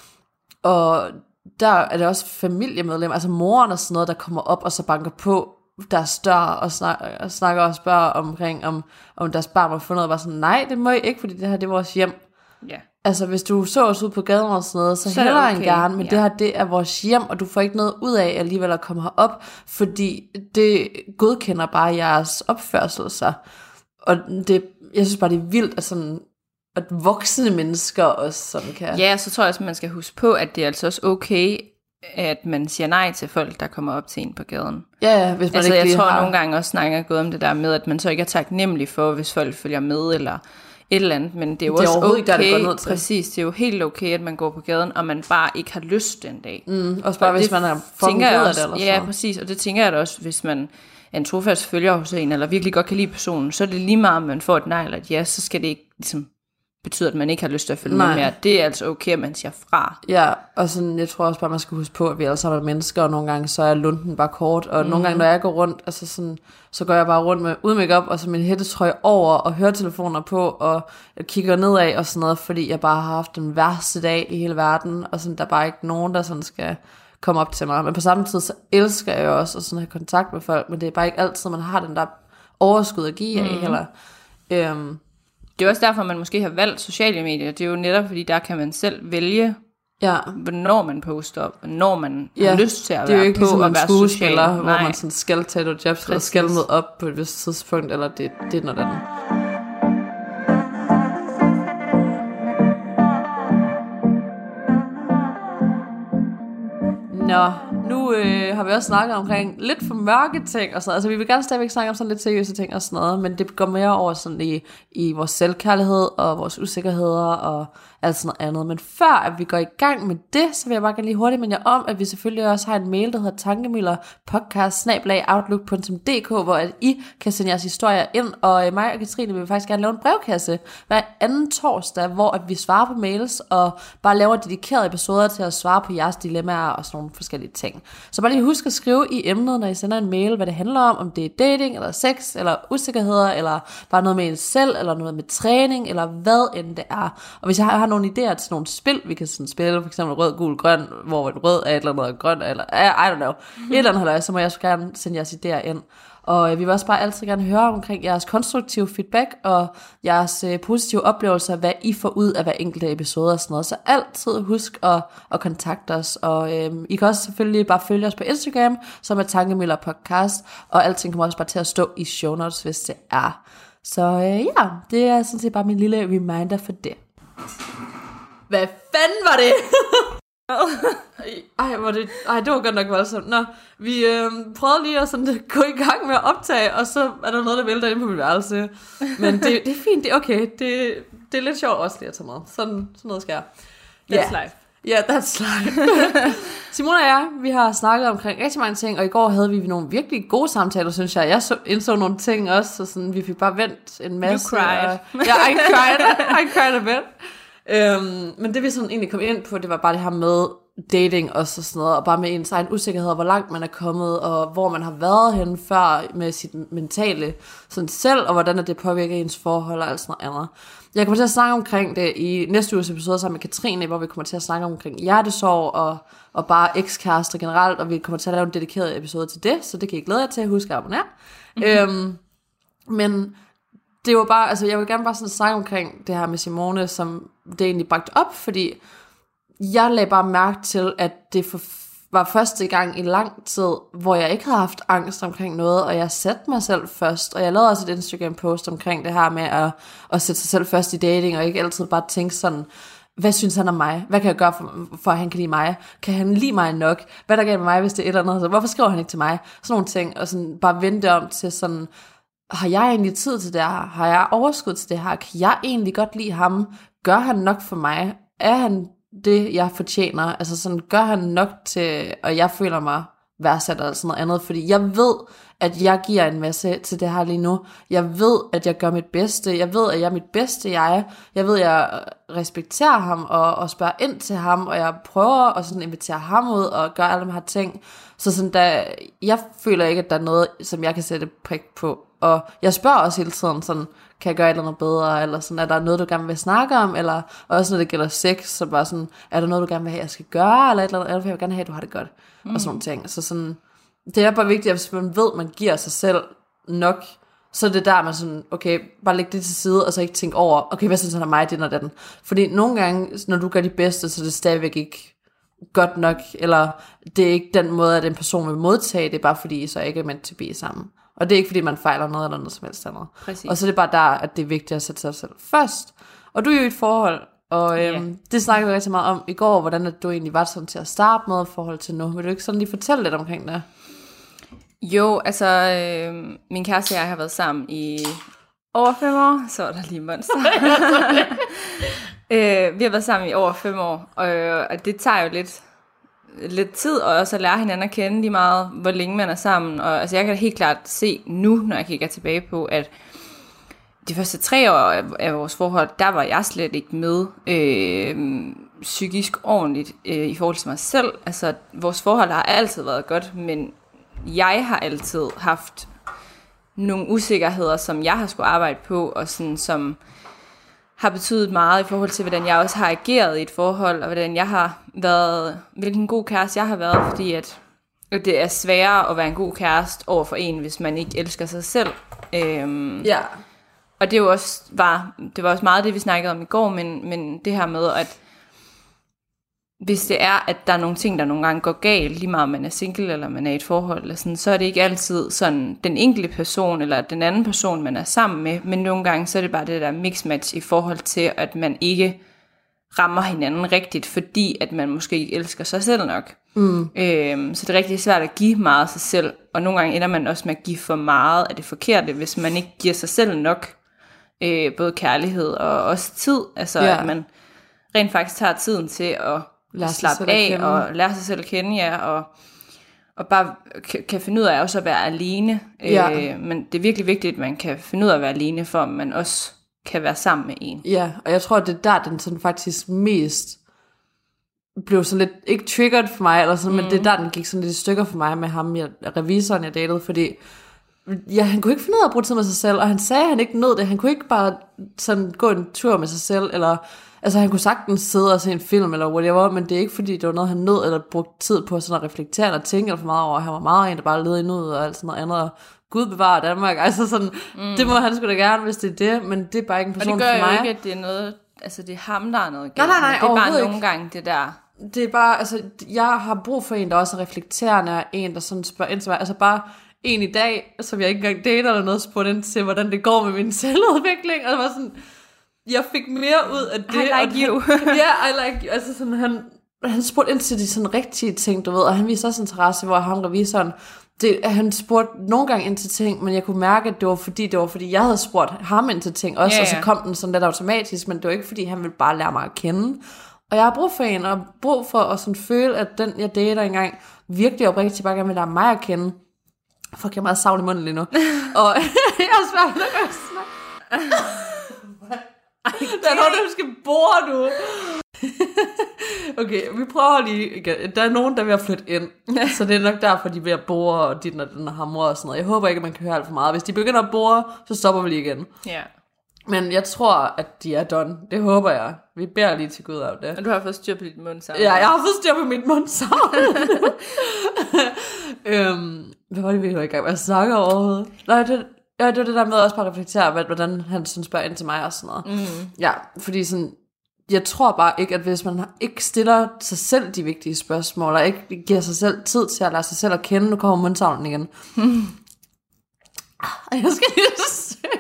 Og der er det også familiemedlemmer, altså moren og sådan noget, der kommer op og så banker på deres dør og snakker, og snakker og spørger omkring, om, om deres barn var fundet, og bare sådan, nej, det må I ikke, fordi det her, det er vores hjem. Ja. Altså, hvis du så os ud på gaden og sådan noget, så, så hellere okay. en gerne, men ja. det her, det er vores hjem, og du får ikke noget ud af alligevel at komme herop, fordi det godkender bare jeres opførsel sig. Og det, jeg synes bare, det er vildt, at, sådan, at voksne mennesker også sådan kan. Ja, så tror jeg også, man skal huske på, at det er altså også okay, at man siger nej til folk, der kommer op til en på gaden. Ja, hvis man altså, ikke jeg tror har... nogle gange også snakker gået om det der med, at man så ikke er taknemmelig for, hvis folk følger med, eller et eller andet, men det er jo det er også okay, der, det går ned til. Præcis, det er jo helt okay, at man går på gaden, og man bare ikke har lyst den dag. Mm, også bare og hvis man er fucking ked af det, eller ja, præcis, og det tænker jeg da også, hvis man er en trofast følger hos en, eller virkelig godt kan lide personen, så er det lige meget, om man får et nej eller et ja, så skal det ikke ligesom betyder, at man ikke har lyst til at følge Nej. med mere. Det er altså okay, at man siger fra. Ja, og sådan, jeg tror også bare, man skal huske på, at vi alle sammen er mennesker, og nogle gange så er lunden bare kort, og mm. nogle gange, når jeg går rundt, altså sådan, så går jeg bare rundt med uden make-up, og så min hættetrøje over, og høretelefoner på, og jeg kigger nedad og sådan noget, fordi jeg bare har haft den værste dag i hele verden, og sådan, der er bare ikke nogen, der sådan skal komme op til mig. Men på samme tid, så elsker jeg jo også at sådan have kontakt med folk, men det er bare ikke altid, man har den der overskud at give af, mm. heller. Øhm, Det er også derfor, man måske har valgt sociale medier. Det er jo netop, fordi der kan man selv vælge, ja. hvornår man poster, hvornår man ja. har lyst til at det er være jo ikke på ligesom og en være skuespiller, social. hvor Nej. man sådan skal tage noget jobs, eller skal møde op på et vist tidspunkt, eller det, det er noget andet. Nå, nu øh, har vi også snakket omkring lidt for mørke ting og sådan noget. Altså vi vil gerne stadigvæk snakke om sådan lidt seriøse ting og sådan noget, men det går mere over sådan i, i vores selvkærlighed og vores usikkerheder og alt sådan noget andet. Men før at vi går i gang med det, så vil jeg bare gerne lige hurtigt minde jer om, at vi selvfølgelig også har en mail, der hedder tankemøllerpodcast bindestreg outlook punktum d k, hvor at I kan sende jeres historier ind, og øh, mig og Katrine vil faktisk gerne lave en brevkasse hver anden torsdag, hvor at vi svarer på mails og bare laver dedikerede episoder til at svare på jeres dilemmaer og sådan nogle forskellige ting. Så bare lige husk at skrive i emnet, når I sender en mail, hvad det handler om, om det er dating, eller sex, eller usikkerheder, eller bare noget med en selv, eller noget med træning, eller hvad end det er. Og hvis jeg har nogle idéer til nogle spil, vi kan sådan spille, for eksempel rød, gul, grøn, hvor et rød er et eller andet, og grøn, eller I don't know, et eller andet halløj, så må jeg så gerne sende jeres idéer ind. Og vi vil også bare altid gerne høre omkring jeres konstruktive feedback og jeres øh, positive oplevelser, hvad I får ud af hver enkelte episode og sådan noget. Så altid husk at, at kontakte os. Og øh, I kan også selvfølgelig bare følge os på Instagram, som er Tankemøller Podcast. Og alting kommer også bare til at stå i show notes, hvis det er. Så øh, ja, det er sådan set bare min lille reminder for det. Hvad fanden var det? Ej, var det, ej, det var godt nok voldsomt. Nå, vi øh, prøvede lige at sådan, gå i gang med at optage, og så er der noget, der vælter ind på mit værelse. Men det, det er fint, det er okay. Det, det er lidt sjovt også lige at tage med. Sådan, sådan noget skal jeg. That's Yeah. life. Ja, yeah, that's life. Simone og jeg, vi har snakket omkring rigtig mange ting, og i går havde vi nogle virkelig gode samtaler, synes jeg. Jeg så, indså nogle ting også, så sådan, vi fik bare vendt en masse. You cried. Og, ja, I cried. I cried a bit. Øhm, men det vi sådan egentlig kom ind på, det var bare det her med dating og sådan noget, og bare med ens egen usikkerhed, hvor langt man er kommet, og hvor man har været henne før med sit mentale sådan selv, og hvordan det påvirker ens forhold og alt sådan noget andet. Jeg kommer til at snakke omkring det i næste uges episode sammen med Katrine, hvor vi kommer til at snakke omkring hjertesorg og, og bare ekskærester generelt, og vi kommer til at lave en dedikeret episode til det, så det kan I glæde jer til at huske at abonnere. Mm-hmm. Øhm, men det var bare, altså jeg vil gerne bare sådan snakke omkring det her med Simone, som det egentlig bragt op, fordi jeg lagde bare mærke til, at det for, var første gang i lang tid, hvor jeg ikke havde haft angst omkring noget, og jeg satte mig selv først, og jeg lavede også et Instagram-post omkring det her med at, at sætte sig selv først i dating, og ikke altid bare tænke sådan, hvad synes han om mig? Hvad kan jeg gøre for, for at han kan lide mig? Kan han lide mig nok? Hvad der galt med mig, hvis det er et eller andet? Så hvorfor skriver han ikke til mig? Sådan nogle ting, og sådan bare vente om til sådan, har jeg egentlig tid til det her? Har jeg overskud til det her? Kan jeg egentlig godt lide ham? Gør han nok for mig? Er han det, jeg fortjener? Altså sådan, gør han nok til, og jeg føler mig værdsat eller sådan noget andet? Fordi jeg ved, at jeg giver en masse til det her lige nu. Jeg ved, at jeg gør mit bedste. Jeg ved, at jeg er mit bedste jeg. Jeg ved, at jeg respekterer ham og, og spørger ind til ham, og jeg prøver at sådan invitere ham ud og gøre alle de her ting. Så sådan, der, jeg føler ikke, at der er noget, som jeg kan sætte prik på. Og jeg spørger også hele tiden sådan, kan jeg gøre et eller andet bedre, eller sådan, er der noget, du gerne vil snakke om, eller også når det gælder sex, så bare sådan, er der noget, du gerne vil have, jeg skal gøre, eller et eller andet, eller jeg vil gerne have, at du har det godt, mm. og sådan nogle ting. Så sådan, det er bare vigtigt, at hvis man ved, at man giver sig selv nok, så er det der, man sådan, okay, bare læg det til side, og så ikke tænke over, okay, hvad synes han af mig, den og den. Fordi nogle gange, når du gør det bedste, så er det stadigvæk ikke godt nok, eller det er ikke den måde, at en person vil modtage det, bare fordi I så ikke er meant to be sammen. Og det er ikke fordi man fejler noget eller noget som helst andet. Præcis. Og så er det bare der, at det er vigtigt at sætte sig selv først. Og du er jo i et forhold, og øhm, yeah. det snakkede vi rigtig meget om i går, hvordan at du egentlig var sådan til at starte med i forhold til nu. Vil du ikke sådan lige fortælle lidt omkring det? Jo, altså øh, min kæreste og jeg har været sammen i over fem år. Så er der lige monster. øh, vi har været sammen i over fem år, og, og det tager jo lidt lidt tid, og også at lære hinanden at kende lige meget, hvor længe man er sammen. Og altså, jeg kan helt klart se nu, når jeg kigger tilbage på, at de første tre år af, af vores forhold, der var jeg slet ikke med øh, psykisk ordentligt øh, i forhold til mig selv. Altså, vores forhold har altid været godt, men jeg har altid haft nogle usikkerheder, som jeg har skulle arbejde på, og sådan, som har betydet meget i forhold til, hvordan jeg også har ageret i et forhold, og hvordan jeg har været, hvilken god kæreste jeg har været, fordi at det er sværere at være en god kæreste over for en, hvis man ikke elsker sig selv. Øhm, Ja. Og det, er jo også, var, det var også meget det, vi snakkede om i går, men, men det her med, at hvis det er, at der er nogle ting, der nogle gange går galt, lige meget om man er single, eller man er i et forhold, eller sådan, så er det ikke altid sådan den enkelte person, eller den anden person, man er sammen med, men nogle gange, så er det bare det der mix-match i forhold til, at man ikke rammer hinanden rigtigt, fordi at man måske ikke elsker sig selv nok. Mm. Øhm, så det er rigtig svært at give meget af sig selv, og nogle gange ender man også med at give for meget af det forkerte, hvis man ikke giver sig selv nok, øh, både kærlighed og også tid, altså Ja. at man rent faktisk tager tiden til at Lære sig slappe selv at af kende. og lære sig selv at kende, ja, og, og bare kan, kan finde ud af også at være alene. Ja. Øh, men det er virkelig vigtigt, at man kan finde ud af at være alene, for at man også kan være sammen med en. Ja, og jeg tror, det er der, den sådan faktisk mest blev sådan lidt, ikke triggered for mig, eller sådan, mm. men det er der, den gik sådan lidt i stykker for mig med ham, jeg, revisoren, jeg datede, fordi ja, han kunne ikke finde ud af at bruge tid med sig selv, og han sagde, at han ikke nød det. Han kunne ikke bare sådan gå en tur med sig selv, eller altså han kunne sagtens sidde og se en film, eller whatever, men det er ikke fordi, det var noget, han nød, eller brugte tid på sådan at reflektere, eller tænke eller for meget over. Han var meget en, der bare levede i nuet, og alt sådan noget andet, og Gud bevarer Danmark, altså sådan, mm. det må han sgu da gerne, hvis det er det, men det er bare ikke en person for mig. Og det gør jo ikke, at det er noget, altså det er ham, der er noget Nej, galt. nej, nej, det er bare nogle ikke. gange det der. Det er bare, altså, jeg har brug for en, der også er reflekterende, og en, der sådan spørger ind til mig, altså bare en i dag, som jeg ikke engang dater eller noget, spurgte ind til, hvordan det går med min selvudvikling, og det var sådan, jeg fik mere ud af det. I like you. Ja, yeah, I like you. Altså sådan, han, han spurgte ind til de sådan rigtige ting, du ved, og han viste også interesse, hvor ham revisoren, det, han spurgte nogle gange ind til ting, men jeg kunne mærke, at det var fordi, det var fordi, jeg havde spurgt ham ind til ting også, yeah, og så kom den sådan lidt automatisk, men det var ikke fordi, han ville bare lære mig at kende. Og jeg har brug for en, og brug for at sådan føle, at den, jeg dater engang, virkelig oprigtigt bare gerne vil lære mig at kende. Fuck, jeg er meget savl i munden lige nu. Og jeg er svært nok at snakke. Der er nogen, der skal bore nu. Okay, vi prøver lige igen. Der er nogen, der er ved at flytte ind. Så det er nok derfor, de er ved at bore, og dit og den hamrer og sådan noget. Jeg håber ikke, at man kan høre alt for meget. Hvis de begynder at bore, så stopper vi lige igen. Ja. Men jeg tror, at de er done. Det håber jeg. Vi beder lige til Gud om det. Og du har fået styr på dit mundsavn. Ja, jeg har fået styr på mit mundsavn. øhm, hvad var det, vi var i gang med at snakke overhovedet? Nej, det, ja, det var det der med også bare at reflektere, hvordan han sådan spørger ind til mig og sådan noget. Mm. Ja, fordi sådan, jeg tror bare ikke, at hvis man ikke stiller sig selv de vigtige spørgsmål, og ikke giver sig selv tid til at lade sig selv at kende, nu kommer mundsavnen igen. Mm. Jeg skal lige søge.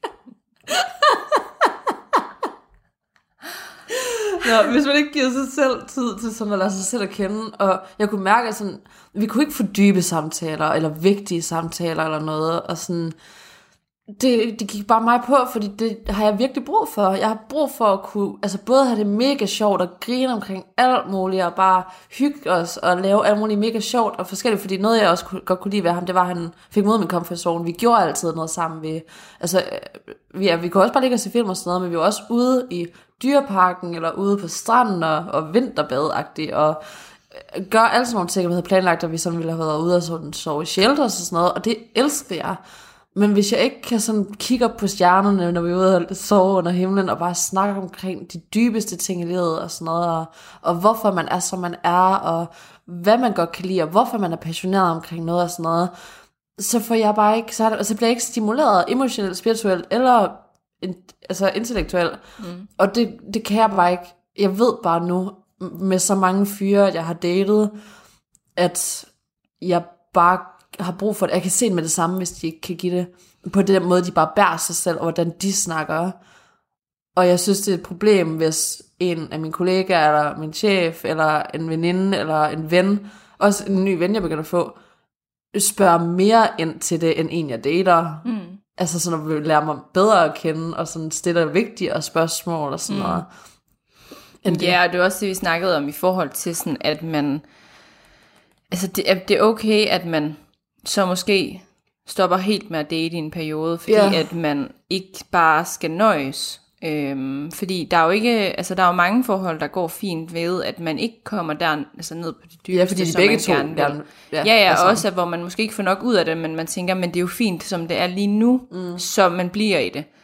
Nå, hvis man ikke giver sig selv tid til sådan at lade sig selv at kende, og jeg kunne mærke, at sådan, vi kunne ikke få dybe samtaler, eller vigtige samtaler, eller noget, og sådan, det, det gik bare mig på, fordi det har jeg virkelig brug for. Jeg har brug for at kunne, altså både have det mega sjovt, og grine omkring alt muligt, og bare hygge os, og lave alt muligt mega sjovt, og forskelligt, fordi noget jeg også godt kunne lide ved ham, det var, at han fik mod min comfort zone. Vi gjorde altid noget sammen, vi, altså, vi, ja, vi kunne også bare ligge og se film og sådan noget, men vi var også ude i dyreparken, eller ude på stranden, og, og vinterbad-agtigt, og gør alle sådan nogle ting, vi havde planlagt, at vi sådan ville have været ude og sådan sove i shelters og sådan noget, og det elsker jeg. Men hvis jeg ikke kan sådan kigge op på stjernerne, når vi er ude og sove under himlen, og bare snakke omkring de dybeste ting i livet og sådan noget, og, og hvorfor man er, som man er, og hvad man godt kan lide, og hvorfor man er passioneret omkring noget og sådan noget, så får jeg bare ikke, så, det, så bliver jeg ikke stimuleret emotionelt, spirituelt, eller in, altså intellektuelt. Mm. Og det, det kan jeg bare ikke. Jeg ved bare nu, med så mange fyre, at jeg har datet, at jeg bare har brug for det. Jeg kan se det med det samme, hvis de ikke kan give det. På den måde, de bare bærer sig selv, og hvordan de snakker. Og jeg synes, det er et problem, hvis en af mine kollegaer, eller min chef, eller en veninde, eller en ven, også en ny ven, jeg begynder at få, spørger mere ind til det, end en, jeg dater. Mm. Altså sådan at vi lærer mig bedre at kende, og sådan stiller vigtigere spørgsmål, og sådan mm. noget. Det. Ja, og det er også det, vi snakkede om i forhold til sådan, at man, altså det er, det er okay, at man så måske stopper helt med at date i en periode, fordi Ja. at man ikke bare skal nøjes. Øhm, fordi der er jo ikke, altså der er jo mange forhold, der går fint ved, at man ikke kommer der altså ned på det dybeste, Ja, fordi de som begge man to gerne vil. gerne- Ja, ja, ja, ja altså. også at, hvor man måske ikke får nok ud af det, men man tænker, men det er jo fint, som det er lige nu, mm. så man bliver i det.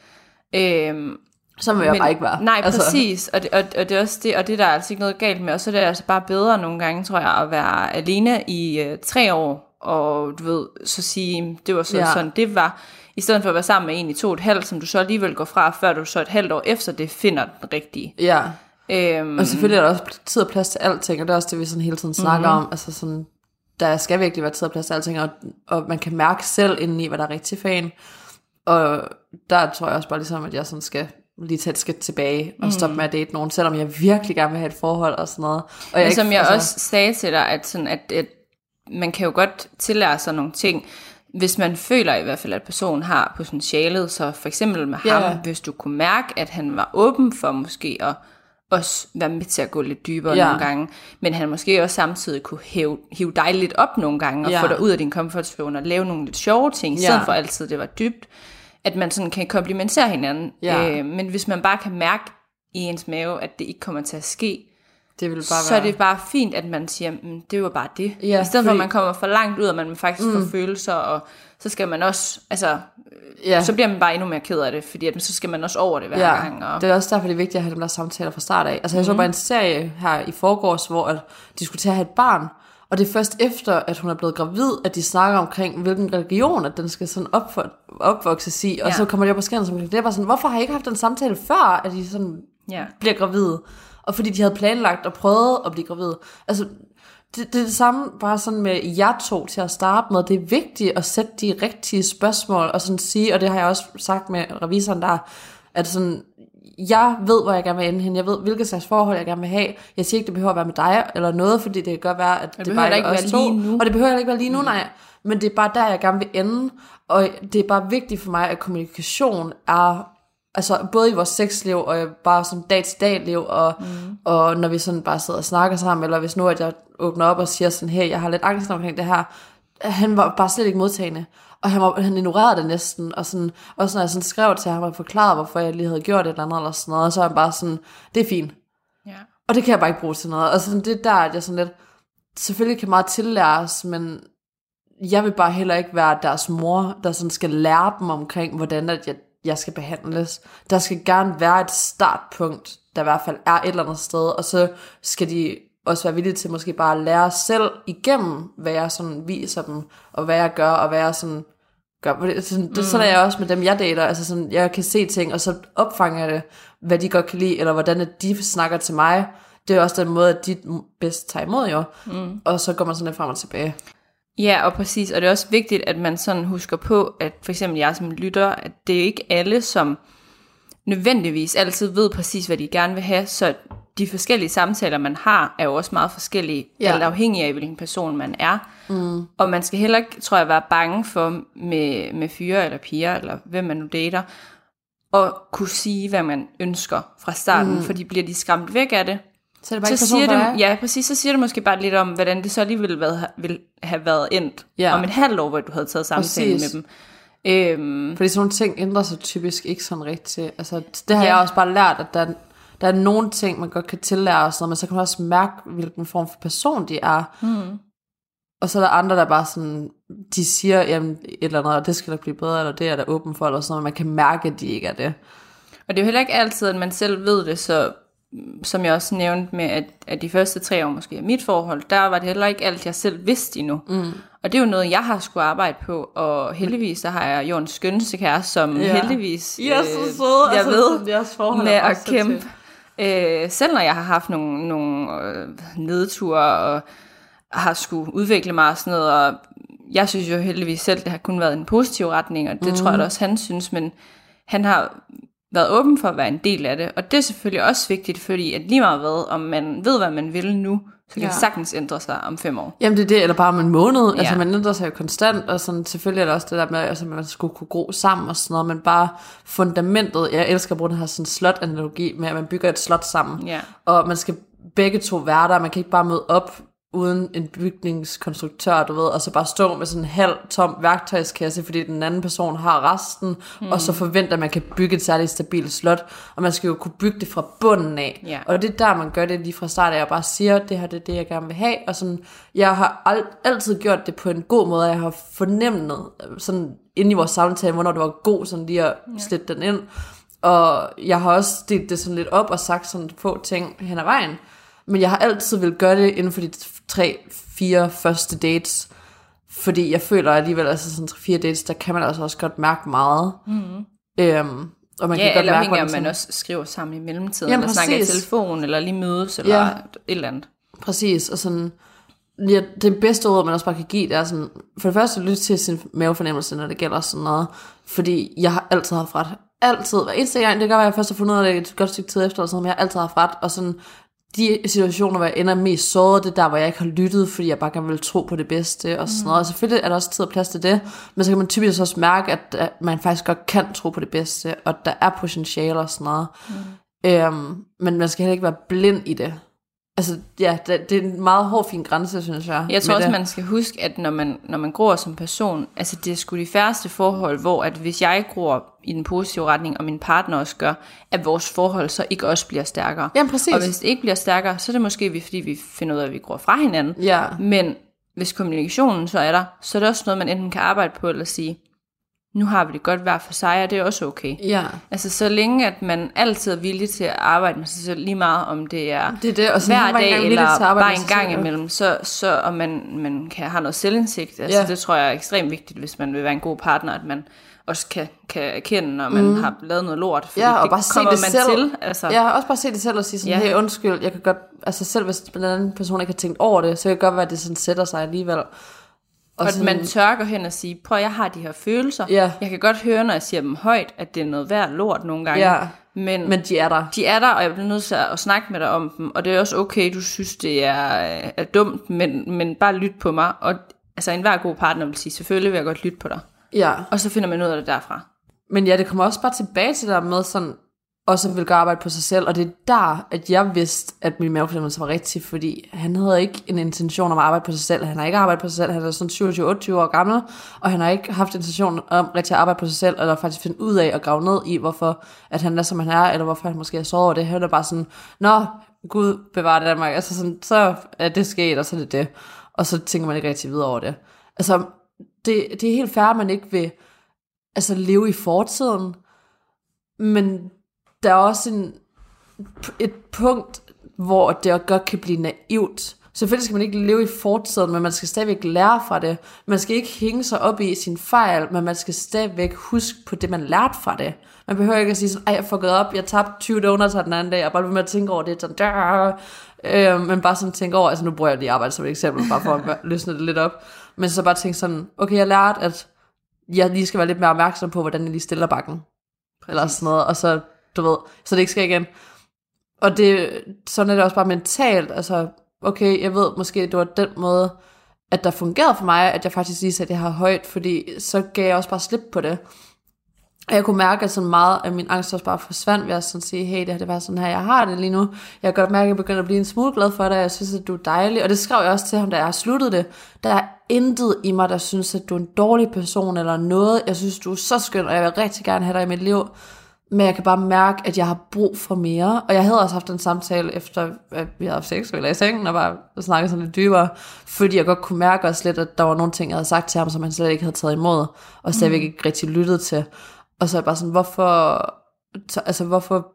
Øhm, Så må jeg bare ikke være. Nej, Altså. præcis, og det, og, og det er også det, og det der er altså ikke noget galt med, og så er det altså bare bedre nogle gange, tror jeg, at være alene i øh, tre år, og du ved, så sige, det var så, Ja. sådan, det var, i stedet for at være sammen med en i to og et halvt, som du så alligevel går fra, før du så et halvt år efter det finder den rigtige. Ja, Øhm, og selvfølgelig er der også tid og plads til alting, og det er også det, vi sådan hele tiden snakker Mhm. om. Altså sådan, der skal virkelig være tid og plads til alting, og, og man kan mærke selv indeni, hvad der er rigtigt for en. Og der tror jeg også bare ligesom, at jeg sådan skal lige tage et skridt tilbage og stoppe med at date nogen, selvom jeg virkelig gerne vil have et forhold og sådan noget. Og Men ikke- som jeg altså, også sagde til dig, at, sådan, at, at man kan jo godt tillære sig nogle ting, hvis man føler i hvert fald, at personen har potentialet, så for eksempel med Ja. ham, hvis du kunne mærke, at han var åben for måske at også være med til at gå lidt dybere Ja. nogle gange, men han måske også samtidig kunne hæve, hive dig lidt op nogle gange, og Ja. få dig ud af din comfort zone, og lave nogle lidt sjove ting, i Ja. stedet for altid det var dybt, at man sådan kan komplementere hinanden. Ja. Øh, men hvis man bare kan mærke i ens mave, at det ikke kommer til at ske, det vil bare så være... er det bare fint, at man siger, mm, det var bare det. Ja, I stedet for, fordi- at man kommer for langt ud, og man faktisk mm. får følelser, og så skal man også, altså, Ja. så bliver man bare endnu mere ked af det, fordi at, så skal man også over det hver Ja, gang. Og, det er også derfor, det er vigtigt at have dem der samtaler fra start af. Altså jeg så bare en serie her i forgårs, hvor at de skulle til at have et barn, og det er først efter, at hun er blevet gravid, at de snakker omkring, hvilken religion, at den skal sådan opfor, opvokses i, og Ja. så kommer de op på skærmen, som det er bare sådan, hvorfor har I ikke haft den samtale før, at de sådan ja. bliver gravide? Og fordi de havde planlagt og prøvet at blive gravide. Altså, det, det er det samme bare sådan med jer to til at starte med. Det er vigtigt at sætte de rigtige spørgsmål og sådan sige, og det har jeg også sagt med revisoren der, at sådan, jeg ved, hvor jeg gerne vil ende hen. Jeg ved, hvilket slags forhold jeg gerne vil have. Jeg siger ikke, det behøver at være med dig eller noget, fordi det kan godt være, at det, det behøver bare ikke er være os to. lige nu. Og det behøver heller ikke være lige nu, nej. Men det er bare der, jeg gerne vil ende. Og det er bare vigtigt for mig, at kommunikation er... Altså både i vores sexliv og bare sådan dag-til-dag liv, og, mm. og når vi sådan bare sidder og snakker sammen, eller hvis nu at jeg åbner op og siger sådan, hey, jeg har lidt angst omkring det her, han var bare slet ikke modtagende, og han, var, han ignorerede det næsten, og sådan, også når jeg sådan skrev til ham og forklarede, hvorfor jeg lige havde gjort et eller andet, eller sådan noget, og så er han bare sådan, det er fint, Ja. og det kan jeg bare ikke bruge til noget, og sådan, det er der, at jeg sådan lidt, selvfølgelig kan meget tillæres, men jeg vil bare heller ikke være deres mor, der sådan skal lære dem omkring, hvordan at jeg jeg skal behandles. Der skal gerne være et startpunkt, der i hvert fald er et eller andet sted, og så skal de også være villige til måske bare at lære selv igennem, hvad jeg sådan viser dem, og hvad jeg gør, og hvad jeg sådan gør. Det, sådan, det, sådan er jeg også med dem, jeg dater. Altså sådan, jeg kan se ting, og så opfanger jeg det, hvad de godt kan lide, eller hvordan at de snakker til mig. Det er også den måde, at de bedst tager imod jo. Mm. Og så går man sådan lidt frem og tilbage. Ja, og præcis, og det er også vigtigt, at man sådan husker på, at for eksempel jeg som lytter, at det er ikke alle, som nødvendigvis altid ved præcis, hvad de gerne vil have, så de forskellige samtaler, man har, er jo også meget forskellige, Ja. alt afhængig af, hvilken person man er. Mm. Og man skal heller ikke, tror jeg, være bange for med, med fyre eller piger, eller hvem man nu dater, at kunne sige, hvad man ønsker fra starten, mm. fordi bliver de skræmt væk af det, Så er det bare så ikke person siger for dig. det, ja, præcis, så siger det måske bare lidt om, hvordan det så alligevel ville, været, ville have været endt Ja. om et halvt år, hvor du havde taget samtalen Præcis. med dem. Øhm, Fordi sådan nogle ting ændrer sig typisk ikke sådan rigtigt. Altså, det har Ja. jeg også bare lært, at der, der er nogle ting, man godt kan tillære og sådan noget, men så kan man også mærke, hvilken form for person de er. Mm. Og så er der andre, der bare sådan, de siger, jamen et eller andet, og det skal da blive bedre, eller det er der åben for, eller sådan noget, man kan mærke, at de ikke er det. og det er jo heller ikke altid, at man selv ved det, så som jeg også nævnte med, at, at de første tre år måske af mit forhold, der var det heller ikke alt, jeg selv vidste endnu. Mm. Og det er jo noget, jeg har skulle arbejde på, og heldigvis, så har jeg jo en skønneste kæreste, som Ja. heldigvis, I er så øh, søde, jeg altså, ved, sådan jeres forhold med er at også så kæmpe. tæt. Øh, selv når jeg har haft nogle, nogle øh, nedture, og har skulle udvikle mig og sådan noget, og jeg synes jo heldigvis selv, det har kun været en positiv retning, og det mm. tror jeg da også, han synes, men han har været åben for at være en del af det, og det er selvfølgelig også vigtigt, fordi at lige meget hvad, om man ved, hvad man vil nu, så kan Ja. det sagtens ændre sig om fem år. Jamen det er det, eller bare om en måned. Ja. Altså man ændrer sig jo konstant, og sådan, selvfølgelig er der også det der med, at altså, man skulle kunne gro sammen og sådan noget, men bare fundamentet, jeg elsker at bruge den her sådan slot-analogi med, at man bygger et slot sammen, Ja. og man skal begge to være der, man kan ikke bare møde op uden en bygningskonstruktør, du ved, og så bare stå med sådan en halv tom værktøjskasse, fordi den anden person har resten, mm. og så forventer, at man kan bygge et særligt stabilt slot, og man skal jo kunne bygge det fra bunden af, ja. Og det er der, man gør det lige fra start af, og bare siger, det her det er det, jeg gerne vil have, og sådan, jeg har ald- altid gjort det på en god måde, og jeg har fornemmet, sådan inde i vores samtale, hvornår det var god, sådan lige at ja. Slippe den ind, og jeg har også delt det sådan lidt op, og sagt sådan få ting hen ad vejen, men jeg har altid vil gøre det inden for de tre, fire første dates, fordi jeg føler alligevel, altså sådan tre, fire dates, der kan man altså også godt mærke meget. Mm. Øhm, og man ja, kan godt eller mærke, om man også skriver sammen i mellemtiden, Jamen, eller præcis. snakker i telefon, eller lige mødes, eller ja. et eller andet. Præcis, og sådan, ja, det bedste ord, man også bare kan give, det er sådan, for det første, lytte til sin mavefornemmelse, når det gælder sådan noget, fordi jeg har altid haft ret. Altid, hver eneste gang, det gør, at jeg først har fundet ud af det et godt stykke tid efter, eller sådan, men jeg har altid haft ret, og sådan, de situationer, hvor jeg ender mest såret, det er der, hvor jeg ikke har lyttet, fordi jeg bare gerne vil tro på det bedste, og sådan noget. Og selvfølgelig er der også tid og plads til det, men så kan man typisk også mærke, at, at man faktisk godt kan tro på det bedste, og der er potentiale og sådan noget. Mm. Øhm, men man skal heller ikke være blind i det. Altså, ja, det, det er en meget hård, fin grænse, synes jeg. Jeg tror også, det. man skal huske, at når man, når man gror som person, altså det er sgu de færreste forhold, hvor at hvis jeg gror i den positive retning, og min partner også gør, at vores forhold så ikke også bliver stærkere. Ja, præcis. Og hvis det ikke bliver stærkere, så er det måske, fordi vi finder ud af, at vi gror fra hinanden. Ja. Men hvis kommunikationen så er der, så er det også noget, man enten kan arbejde på, eller sige, nu har vi det godt hver for sig, og det er også okay. Ja. Altså så længe, at man altid er villig til at arbejde med sig selv, lige meget om det er, det er det, og hver dag, eller bare en gang selv. imellem, så, så og man, man kan have noget selvindsigt. Altså ja. Det tror jeg er ekstremt vigtigt, hvis man vil være en god partner, at man også kan, kan erkende, når man mm. har lavet noget lort. Fordi ja, og det bare se kommer det man selv. til. Altså. Ja, også bare se det selv og sige sådan, ja. Hey, undskyld, jeg kan godt, altså selv hvis den anden person ikke har tænkt over det, så kan det godt være, at det sådan sætter sig alligevel. Og, og at man tør gå hen og sige, prøv, jeg har de her følelser. Ja. Jeg kan godt høre, når jeg siger dem højt, at det er noget værd lort nogle gange. Ja. Men, men de er der. De er der, og jeg bliver nødt til at snakke med dig om dem. Og det er også okay, du synes, det er, er dumt, men, men bare lyt på mig. Og altså enhver god partner vil sige, selvfølgelig vil jeg godt lytte på dig. Ja. Og så finder man ud af det derfra. Men ja, det kommer også bare tilbage til der med sådan, også vil gøre arbejde på sig selv, og det er der, at jeg vidste, at min mavefornemmelse var rigtig, fordi han havde ikke en intention om at arbejde på sig selv, han har ikke arbejdet på sig selv, han er sådan syvogtyve otteogtyve år gammel, og han har ikke haft intention om rigtig at arbejde på sig selv, eller faktisk finde ud af at grave ned i, hvorfor at han er, som han er, eller hvorfor han måske er såret over det. Han er bare sådan, nå, Gud bevare det Danmark, altså sådan, så er det sket, og så er det det, og så tænker man ikke rigtig videre over det. Altså, det, det er helt fair, at man ikke vil altså, leve i fortiden, men der er også en, et punkt, hvor det godt kan blive naivt. Selvfølgelig skal man ikke leve i fortiden, men man skal stadigvæk lære fra det. Man skal ikke hænge sig op i sin fejl, men man skal stadigvæk huske på det, man lærte fra det. Man behøver ikke at sige sådan, ej, jeg fuckede op, jeg tabte tyve donuts her den anden dag, og bare med at tænke over det, sådan, øh, men bare sådan tænke over, altså nu bruger jeg lige arbejde som et eksempel, bare for at løsne det lidt op, men så bare tænke sådan, okay, jeg lærte, at jeg lige skal være lidt mere opmærksom på, hvordan jeg lige stiller bakken. Præcis. Eller sådan noget, og så du ved, så det ikke sker igen. Og det, sådan er det også bare mentalt, altså, okay, jeg ved måske, det var den måde, at der fungerede for mig, at jeg faktisk lige satte det her højt, fordi så gav jeg også bare slip på det. Og jeg kunne mærke, at sådan meget af min angst også bare forsvandt ved at sådan sige, hey, det her, det var sådan her, jeg har det lige nu. Jeg kan godt mærke, at jeg begynder at blive en smule glad for dig, jeg synes, at du er dejlig. Og det skrev jeg også til ham, da jeg har sluttet det. Der er intet i mig, der synes, at du er en dårlig person eller noget. Jeg synes, du er så skøn, og jeg vil rigtig gerne have dig i mit liv. Men jeg kan bare mærke, at jeg har brug for mere. Og jeg havde også haft en samtale, efter at vi havde haft sex, eller i sengen, og bare snakket sådan lidt dybere. Fordi jeg godt kunne mærke også lidt, at der var nogle ting, jeg havde sagt til ham, som han slet ikke havde taget imod. Og stadigvæk ikke rigtig lyttet til. Og så er jeg bare sådan, hvorfor... Altså, hvorfor...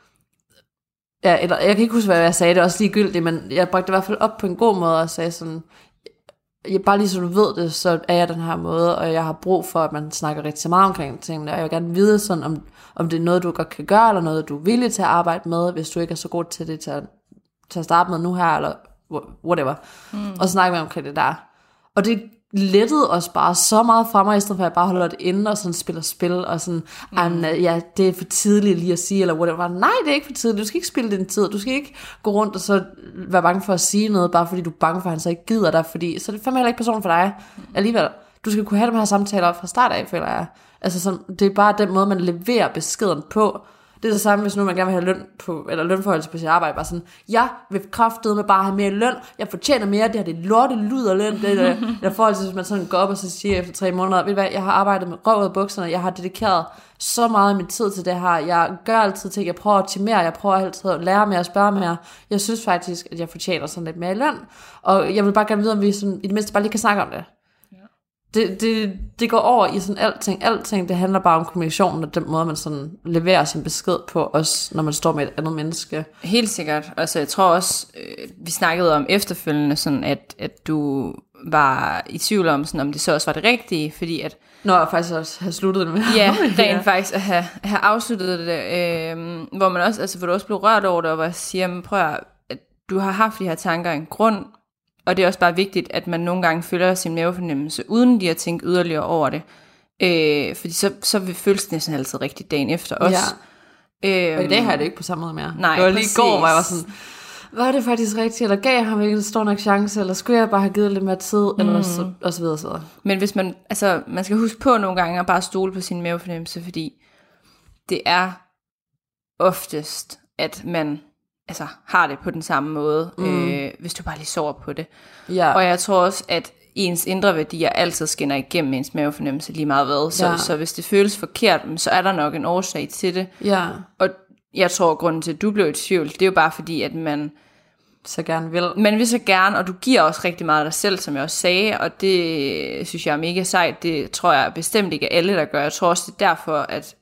Ja, eller, jeg kan ikke huske, hvad jeg sagde, det er også ligegyldigt, men jeg bragte det i hvert fald op på en god måde, og sagde sådan... Jeg, bare lige så du ved det, så er jeg den her måde, og jeg har brug for, at man snakker rigtig meget omkring tingene, og jeg vil gerne vide sådan, om, om det er noget, du godt kan gøre, eller noget, du er villig til at arbejde med, hvis du ikke er så god til det til at, til at starte med nu her, eller whatever. Mm. Og så snakker vi omkring det der. Og det lettede os bare så meget fra mig, i stedet for at jeg bare holder det inde, og sådan spiller spil, og sådan, mm. ja, det er for tidligt lige at sige, eller whatever. Nej, det er ikke for tidligt, du skal ikke spille din tid, du skal ikke gå rundt og så være bange for at sige noget, bare fordi du er bange for, at han så ikke gider dig, fordi så er det fandme heller ikke personen for dig alligevel. Du skal kunne have de her samtaler fra start af, føler jeg. Altså sådan, det er bare den måde, man leverer beskeden på. Det er det samme, hvis nu man gerne vil have løn på, eller lønforholdelse på sit arbejde, bare sådan, jeg vil kraftedeme bare have mere løn, jeg fortjener mere, det her det er lorte luder løn, det er der forhold til, hvis man sådan går op og så siger efter tre måneder, ved du hvad, jeg har arbejdet med røv ud af bukserne, jeg har dedikeret så meget af min tid til det her, jeg gør altid ting, jeg prøver at optimere, jeg prøver altid at lære mere og spørge mere, jeg synes faktisk, at jeg fortjener sådan lidt mere i løn, og jeg vil bare gerne vide, om vi sådan, i det mindste bare lige kan snakke om det. Det, det, det går over i sådan alting. Alting, det handler bare om kommunikationen og den måde, man sådan leverer sin besked på, også når man står med et andet menneske. Helt sikkert. Altså, jeg tror også, øh, vi snakkede om efterfølgende, sådan at, at du var i tvivl om, sådan, om det så også var det rigtige, fordi at... Når jeg faktisk også har sluttet det med. Ja, rent ja. faktisk at have, have afsluttet det, øh, hvor man også, altså, hvor du også blev rørt over det, og hvor jeg siger, men prøv at, at du har haft de her tanker en grund, og det er også bare vigtigt, at man nogle gange følger sin mavefornemmelse, uden lige at tænke yderligere over det. Øh, fordi så, så vil følelsen næsten altid rigtig dagen efter os. Ja. Øh, og i dag har jeg det ikke på samme måde mere. Nej, det var lige præcis. i går, hvor jeg var sådan, var det faktisk rigtigt, eller gav jeg ham ikke en stor nok chance, eller skulle jeg bare have givet lidt mere tid, mm. eller så, og så videre, så videre. Men hvis man, altså, man skal huske på nogle gange at bare stole på sin mavefornemmelse, fordi det er oftest, at man... altså har det på den samme måde, mm. øh, hvis du bare lige sover på det. Ja. Og jeg tror også, at ens indre værdier altid skinner igennem ens mavefornemmelse lige meget hvad. Så, ja. så hvis det føles forkert, så er der nok en årsag til det. Ja. Og jeg tror, at grunden til, at du blev i tvivl, det er jo bare fordi, at man så gerne vil. Man vil så gerne, og du giver også rigtig meget af dig selv, som jeg også sagde, og det synes jeg er mega sejt. Det tror jeg bestemt ikke alle, der gør. Jeg tror også, det er derfor, at,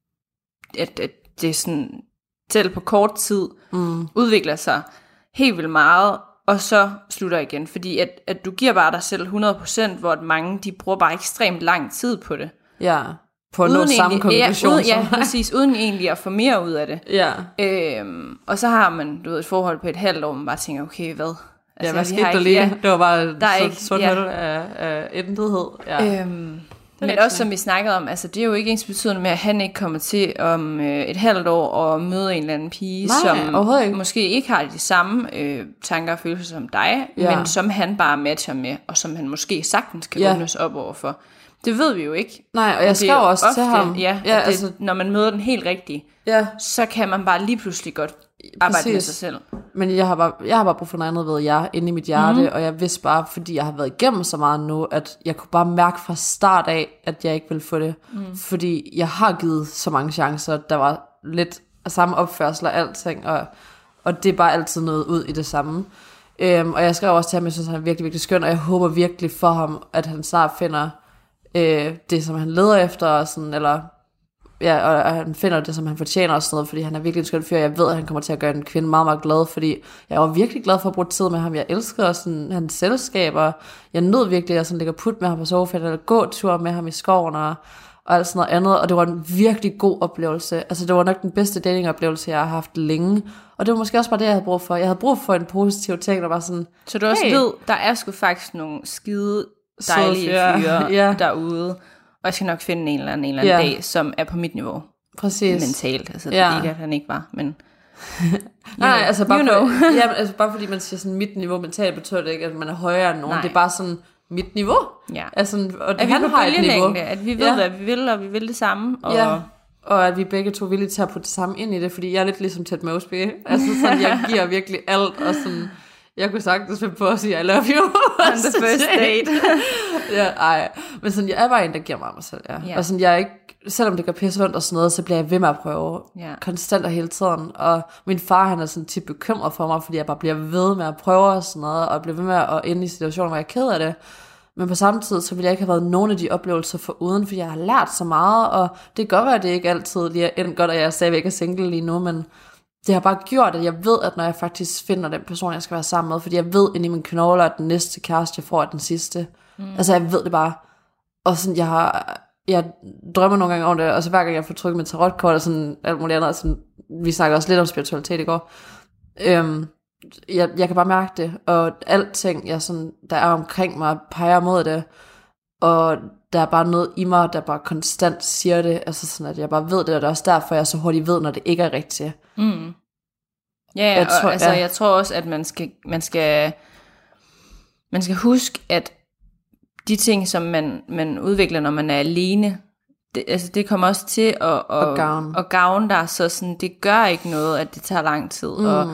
at, at det er sådan... selv på kort tid, mm. udvikler sig helt vildt meget, og så slutter igen. Fordi at, at du giver bare dig selv hundrede procent, hvor mange de bruger bare ekstremt lang tid på det. Ja, på at nå samme konklusion. Ja, uden, ja, præcis, uden egentlig at få mere ud af det. Ja. Øhm, og så har man du ved, et forhold på et halvt år, man bare tænker, okay, hvad? Altså, ja, hvad skete der lige? Ja, det var bare der er så, ikke, sådan ja. noget af, af intethed. Ja. Øhm, Men også som vi snakkede om, altså det er jo ikke ens betydende med, at han ikke kommer til om øh, et halvt år at møde en eller anden pige, Nej, som ikke. måske ikke har de samme øh, tanker og følelser som dig, ja. men som han bare matcher med, og som han måske sagtens kan ja. åbnes op overfor. Det ved vi jo ikke. Nej, og jeg skrev også ofte, til ham. Ja, ja det, altså, når man møder den helt rigtige, ja. så kan man bare lige pludselig godt arbejde Præcis. med sig selv. Men jeg har bare, jeg har bare brug for noget andet ved jer inde i mit hjerte, mm-hmm. og jeg vidste bare, fordi jeg har været igennem så meget nu, at jeg kunne bare mærke fra start af, at jeg ikke ville få det. Mm. Fordi jeg har givet så mange chancer, der var lidt af samme opførsel og alting, og, og det er bare altid noget ud i det samme. Øhm, og jeg skrev også til ham, jeg synes, han er virkelig, virkelig skøn, og jeg håber virkelig for ham, at han snart finder øh, det, som han leder efter, og sådan, eller... Ja, og han finder det, som han fortjener og sådan noget, fordi han er virkelig en skøn fyr. Jeg ved, at han kommer til at gøre en kvinde meget, meget glad, fordi jeg var virkelig glad for at bruge tid med ham. Jeg elsker også sådan, hans selskaber. Jeg nød virkelig at sådan ligge og putte med ham på sofaen, eller gå tur med ham i skoven og, og alt sådan noget andet. Og det var en virkelig god oplevelse. Altså, det var nok den bedste datingoplevelse, jeg har haft længe. Og det var måske også bare det, jeg havde brug for. Jeg havde brug for en positiv ting, der var sådan... Så du også hey. ved, der er sgu faktisk nogle skide dejlige fyre ja. derude. Og jeg skal nok finde en eller anden, en eller anden ja. dag, som er på mit niveau. Præcis. Mentalt. Altså, ja. det er ikke, at han ikke var, men... Nej, know. altså bare, you for, know. ja, altså bare fordi man siger sådan, mit niveau mentalt, betyder det ikke, at man er højere end nogen. Nej. Det er bare sådan, mit niveau. Ja. Altså, og at han vi har et niveau. At vi ved, ja. hvad vi vil, og vi vil det samme. Og... Ja. Og at vi begge to er villige til at putte det samme ind i det, fordi jeg er lidt ligesom Ted Mosby. Altså sådan, jeg giver virkelig alt, og sådan... Jeg kunne sagtens finde på at sige, I love you. On the first date. ja, ej. Men sådan, jeg er bare en, der giver mig mig selv, ja. Yeah. Og sådan, jeg er ikke, selvom det gør pisse ondt og sådan noget, så bliver jeg ved med at prøve. Yeah. Konstant og hele tiden. Og min far, han er sådan tit bekymret for mig, fordi jeg bare bliver ved med at prøve og sådan noget, og bliver ved med at ende i situationer, hvor jeg er ked af det. Men på samme tid, så ville jeg ikke have været nogen af de oplevelser foruden, fordi jeg har lært så meget, og det kan godt være, at det ikke altid lige er endt godt, at jeg stadigvæk er single lige nu, men det har bare gjort, at jeg ved, at når jeg faktisk finder den person, jeg skal være sammen med, fordi jeg ved inde i mine knogler, at den næste kæreste, jeg får, er den sidste. Mm. Altså, jeg ved det bare. Og sådan, jeg har... Jeg drømmer nogle gange om det, og så hver gang jeg får trykket mit tarotkort og sådan alt muligt andet, sådan, vi snakker også lidt om spiritualitet i går, øhm, jeg, jeg kan bare mærke det, og alting, jeg sådan, der er omkring mig, peger mod det, og der er bare noget i mig, der bare konstant siger det, altså sådan, at jeg bare ved det, og det er også derfor, jeg så hurtigt ved, når det ikke er rigtigt. Mm. Ja, jeg tror, og, altså, ja. jeg tror også, at man skal, man skal, man skal huske, at de ting, som man, man udvikler, når man er alene, det, altså det kommer også til at, at, Og gavne. at gavne dig, så sådan, det gør ikke noget, at det tager lang tid. Mm. Og,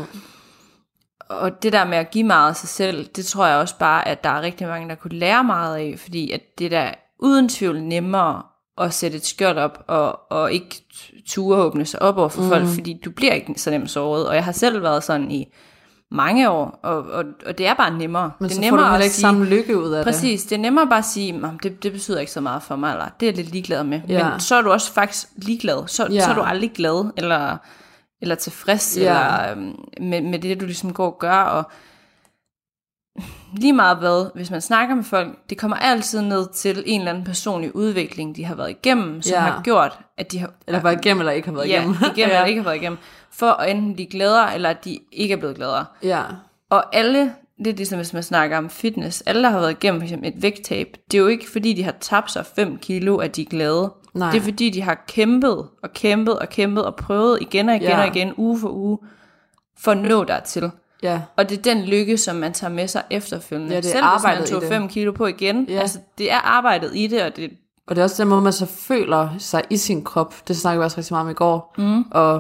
og det der med at give meget af sig selv, det tror jeg også bare, at der er rigtig mange, der kunne lære meget af, fordi at det der uden tvivl nemmere at sætte et skjold op, og, og ikke ture åbne sig op over for mm. folk, fordi du bliver ikke så nemt såret. Og jeg har selv været sådan i mange år, og, og, og det er bare nemmere. Men det er så nemmere får du heller ikke sige, samme lykke ud af præcis, det. Præcis, det er nemmere bare at sige, det, det betyder ikke så meget for mig, eller det er jeg lidt ligeglad med. Ja. Men så er du også faktisk ligeglad. Så, Ja. så er du aldrig glad, eller, eller tilfreds, Ja. eller øhm, med, med det, du ligesom går og gør, og lige meget hvad, hvis man snakker med folk, det kommer altid ned til en eller anden personlig udvikling, de har været igennem, som Ja. har gjort, at de har... Eller været igennem, eller ikke har været ja, igennem. igennem ja. eller ikke har været igennem, for at enten blive gladere, eller at de ikke er blevet gladere. Ja. Og alle, det er ligesom hvis man snakker om fitness, alle der har været igennem for eksempel et vægttab, det er jo ikke fordi de har tabt sig fem kilo, at de er glade. Nej. Det er fordi de har kæmpet og kæmpet og kæmpet og prøvet igen og igen Ja. og igen, uge for uge, for at nå dertil. Ja. Og det er den lykke, som man tager med sig efterfølgende. Ja, det er Selv hvis arbejdet man i tog det. fem kilo på igen. Ja. Altså, det er arbejdet i det, og det Og det er også den måde, man så føler sig i sin krop. Det snakkede vi også rigtig meget om i går. Mm. Og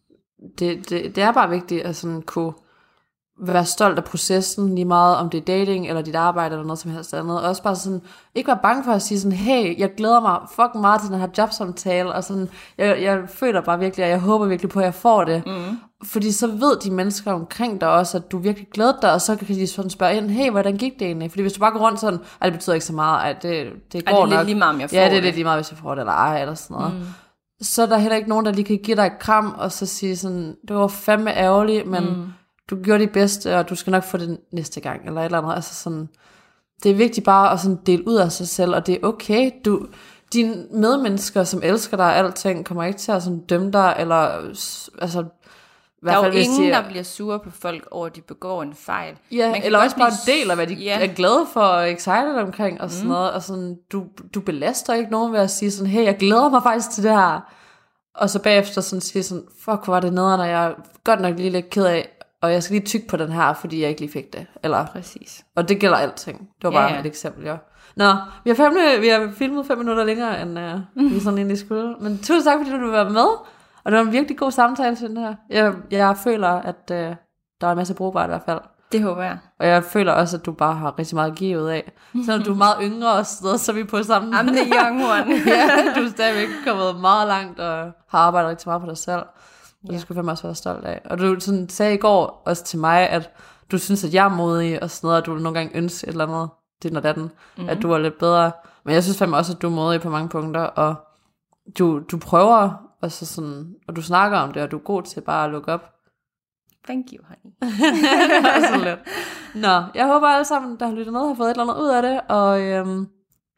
det, det, det er bare vigtigt at sådan kunne være stolt af processen, lige meget om det er dating, eller dit arbejde, eller noget som helst andet. Og også bare sådan, ikke være bange for at sige sådan, hey, jeg glæder mig fucking meget til den her jobsamtale, og sådan, jeg, jeg føler bare virkelig, og jeg håber virkelig på, at jeg får det. Mm. Fordi så ved de mennesker omkring dig også, at du virkelig glæder dig, og så kan de sådan spørge ind, hey, hvordan gik det egentlig? Fordi hvis du bare går rundt sådan, ej, det betyder ikke så meget, at det, det går er det nok. lidt lige meget, om jeg får Ja, det er det. lidt lige meget, hvis jeg får det, eller ej, eller sådan noget. Mm. Så er der heller ikke nogen, der lige kan give dig et kram, og så sige sådan, det var fandme ærgerligt, men mm. du gjorde det bedste, og du skal nok få det næste gang, eller et eller andet. Altså sådan, det er vigtigt bare at sådan dele ud af sig selv, og det er okay. Du, dine medmennesker, som elsker dig og alting, kommer ikke til at sådan dømme dig, eller altså, i der er hvert jo fald, hvis ingen, de er, der bliver sure på folk over, at de begår en fejl. ja, Man kan eller godt også bare blive- deler, hvad de Ja. er glade for og excited omkring, og sådan mm. noget, og sådan, du, du belaster ikke nogen ved at sige sådan, hey, jeg glæder mig faktisk til det her, og så bagefter sådan sige sådan, fuck, hvor var det nederen, og jeg er godt nok lige lidt ked af, og jeg skal lige tykke på den her, fordi jeg ikke lige fik det. Eller, Præcis. og det gælder alting. Det var Ja, bare ja. et eksempel, ja. Nå, vi har, fem, vi har filmet fem minutter længere, end uh, vi sådan egentlig skulle. Men tusind tak, fordi du ville være med. Og det var en virkelig god samtale til den her. Jeg, jeg føler, at uh, der er en masse brugbart i hvert fald. Det håber jeg. Og jeg føler også, at du bare har rigtig meget at give ud af. Selvom du er meget yngre og sådan noget, så er vi på sammen. I'm the young one. Ja, du er stadigvæk kommet meget langt og har arbejdet rigtig meget på dig selv. Og det skulle jeg fandme også være stolt af. Og du sådan sagde i går også til mig, at du synes, at jeg er modig og sådan noget, og du vil nogle gange ønske et eller andet, det og datten, mm-hmm. at du er lidt bedre. Men jeg synes fandme også, at du er modig på mange punkter, og du, du prøver, og, så sådan, og du snakker om det, og du er god til bare at lukke op. Thank you, honey. Det er så let. Nå, jeg håber alle sammen, der har lyttet med, har fået et eller andet ud af det, og øhm,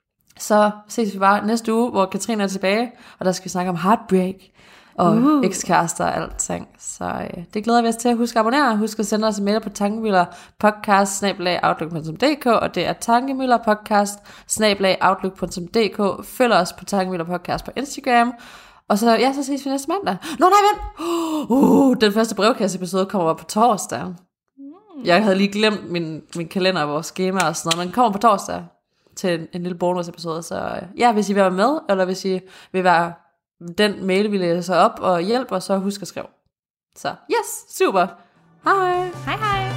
så ses vi bare næste uge, hvor Katrine er tilbage, og der skal vi snakke om heartbreak, og uh. ekskærester og alting. Så øh, det glæder vi os til. Husk at abonnere, husk at sende os en mail på tankemøllerpodcast snabel-a outlook punktum d k, og det er tankemøllerpodcast snabel-a outlook punktum d k. Følg os på tankemøllerpodcast på Instagram. Og så, ja, så ses vi næste mandag. Nå, nej, vent! Uh, den første brevkasse-episode kommer på torsdag. Mm. Jeg havde lige glemt min, min kalender og vores schema og sådan noget, men den kommer på torsdag til en, en lille bonusepisode. Så ja, hvis I vil være med, eller hvis I vil være den mail, vi læser op og hjælper, så husk at skrive. Så yes, super. Hej. Hej, hej.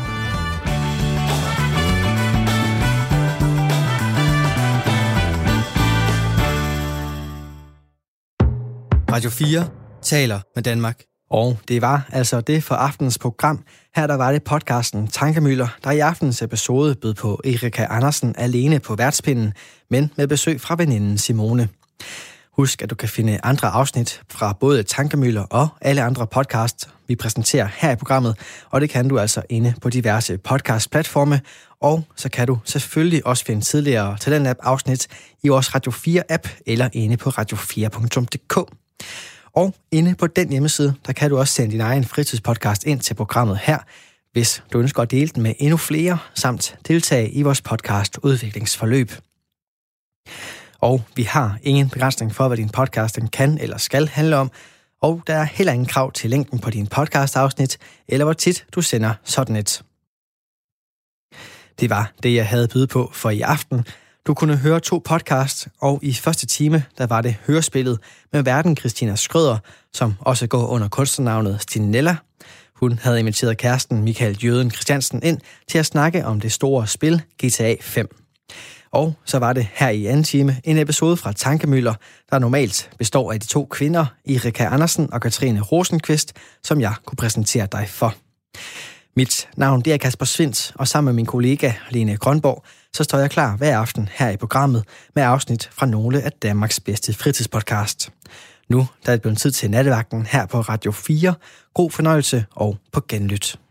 Radio fire taler med Danmark. Og det var altså det for aftenens program. Her der var det podcasten Tankemøller, der i aftenens episode bød på Erika Andersen alene på værtspinden, men med besøg fra veninden Simone. Husk, at du kan finde andre afsnit fra både Tankemøller og alle andre podcasts, vi præsenterer her i programmet, og det kan du altså inde på diverse podcast-platforme, og så kan du selvfølgelig også finde tidligere Talent-app-afsnit i vores Radio fire-app eller inde på radio fire punktum d k. Og inde på den hjemmeside, der kan du også sende din egen fritidspodcast ind til programmet her, hvis du ønsker at dele den med endnu flere, samt deltage i vores podcast udviklingsforløb. Og vi har ingen begrænsning for, hvad din podcast kan eller skal handle om, og der er heller ingen krav til længden på din podcast-afsnit, eller hvor tit du sender sådan et. Det var det, jeg havde at byde på for i aften. Du kunne høre to podcasts, og i første time, der var det hørespillet med værten Christina Skrøder, som også går under kunstnernavnet Stinella. Hun havde inviteret kæresten Michael Jøden Christiansen ind til at snakke om det store spil G T A fem. Og så var det her i anden time en episode fra Tankemøller, der normalt består af de to kvinder, Erika Andersen og Katrine Rosenqvist, som jeg kunne præsentere dig for. Mit navn det er Kasper Svindt, og sammen med min kollega Lene Grønborg, så står jeg klar hver aften her i programmet med afsnit fra nogle af Danmarks bedste fritidspodcast. Nu der er det blevet tid til nattevagten her på Radio fire. God fornøjelse og på genlyt.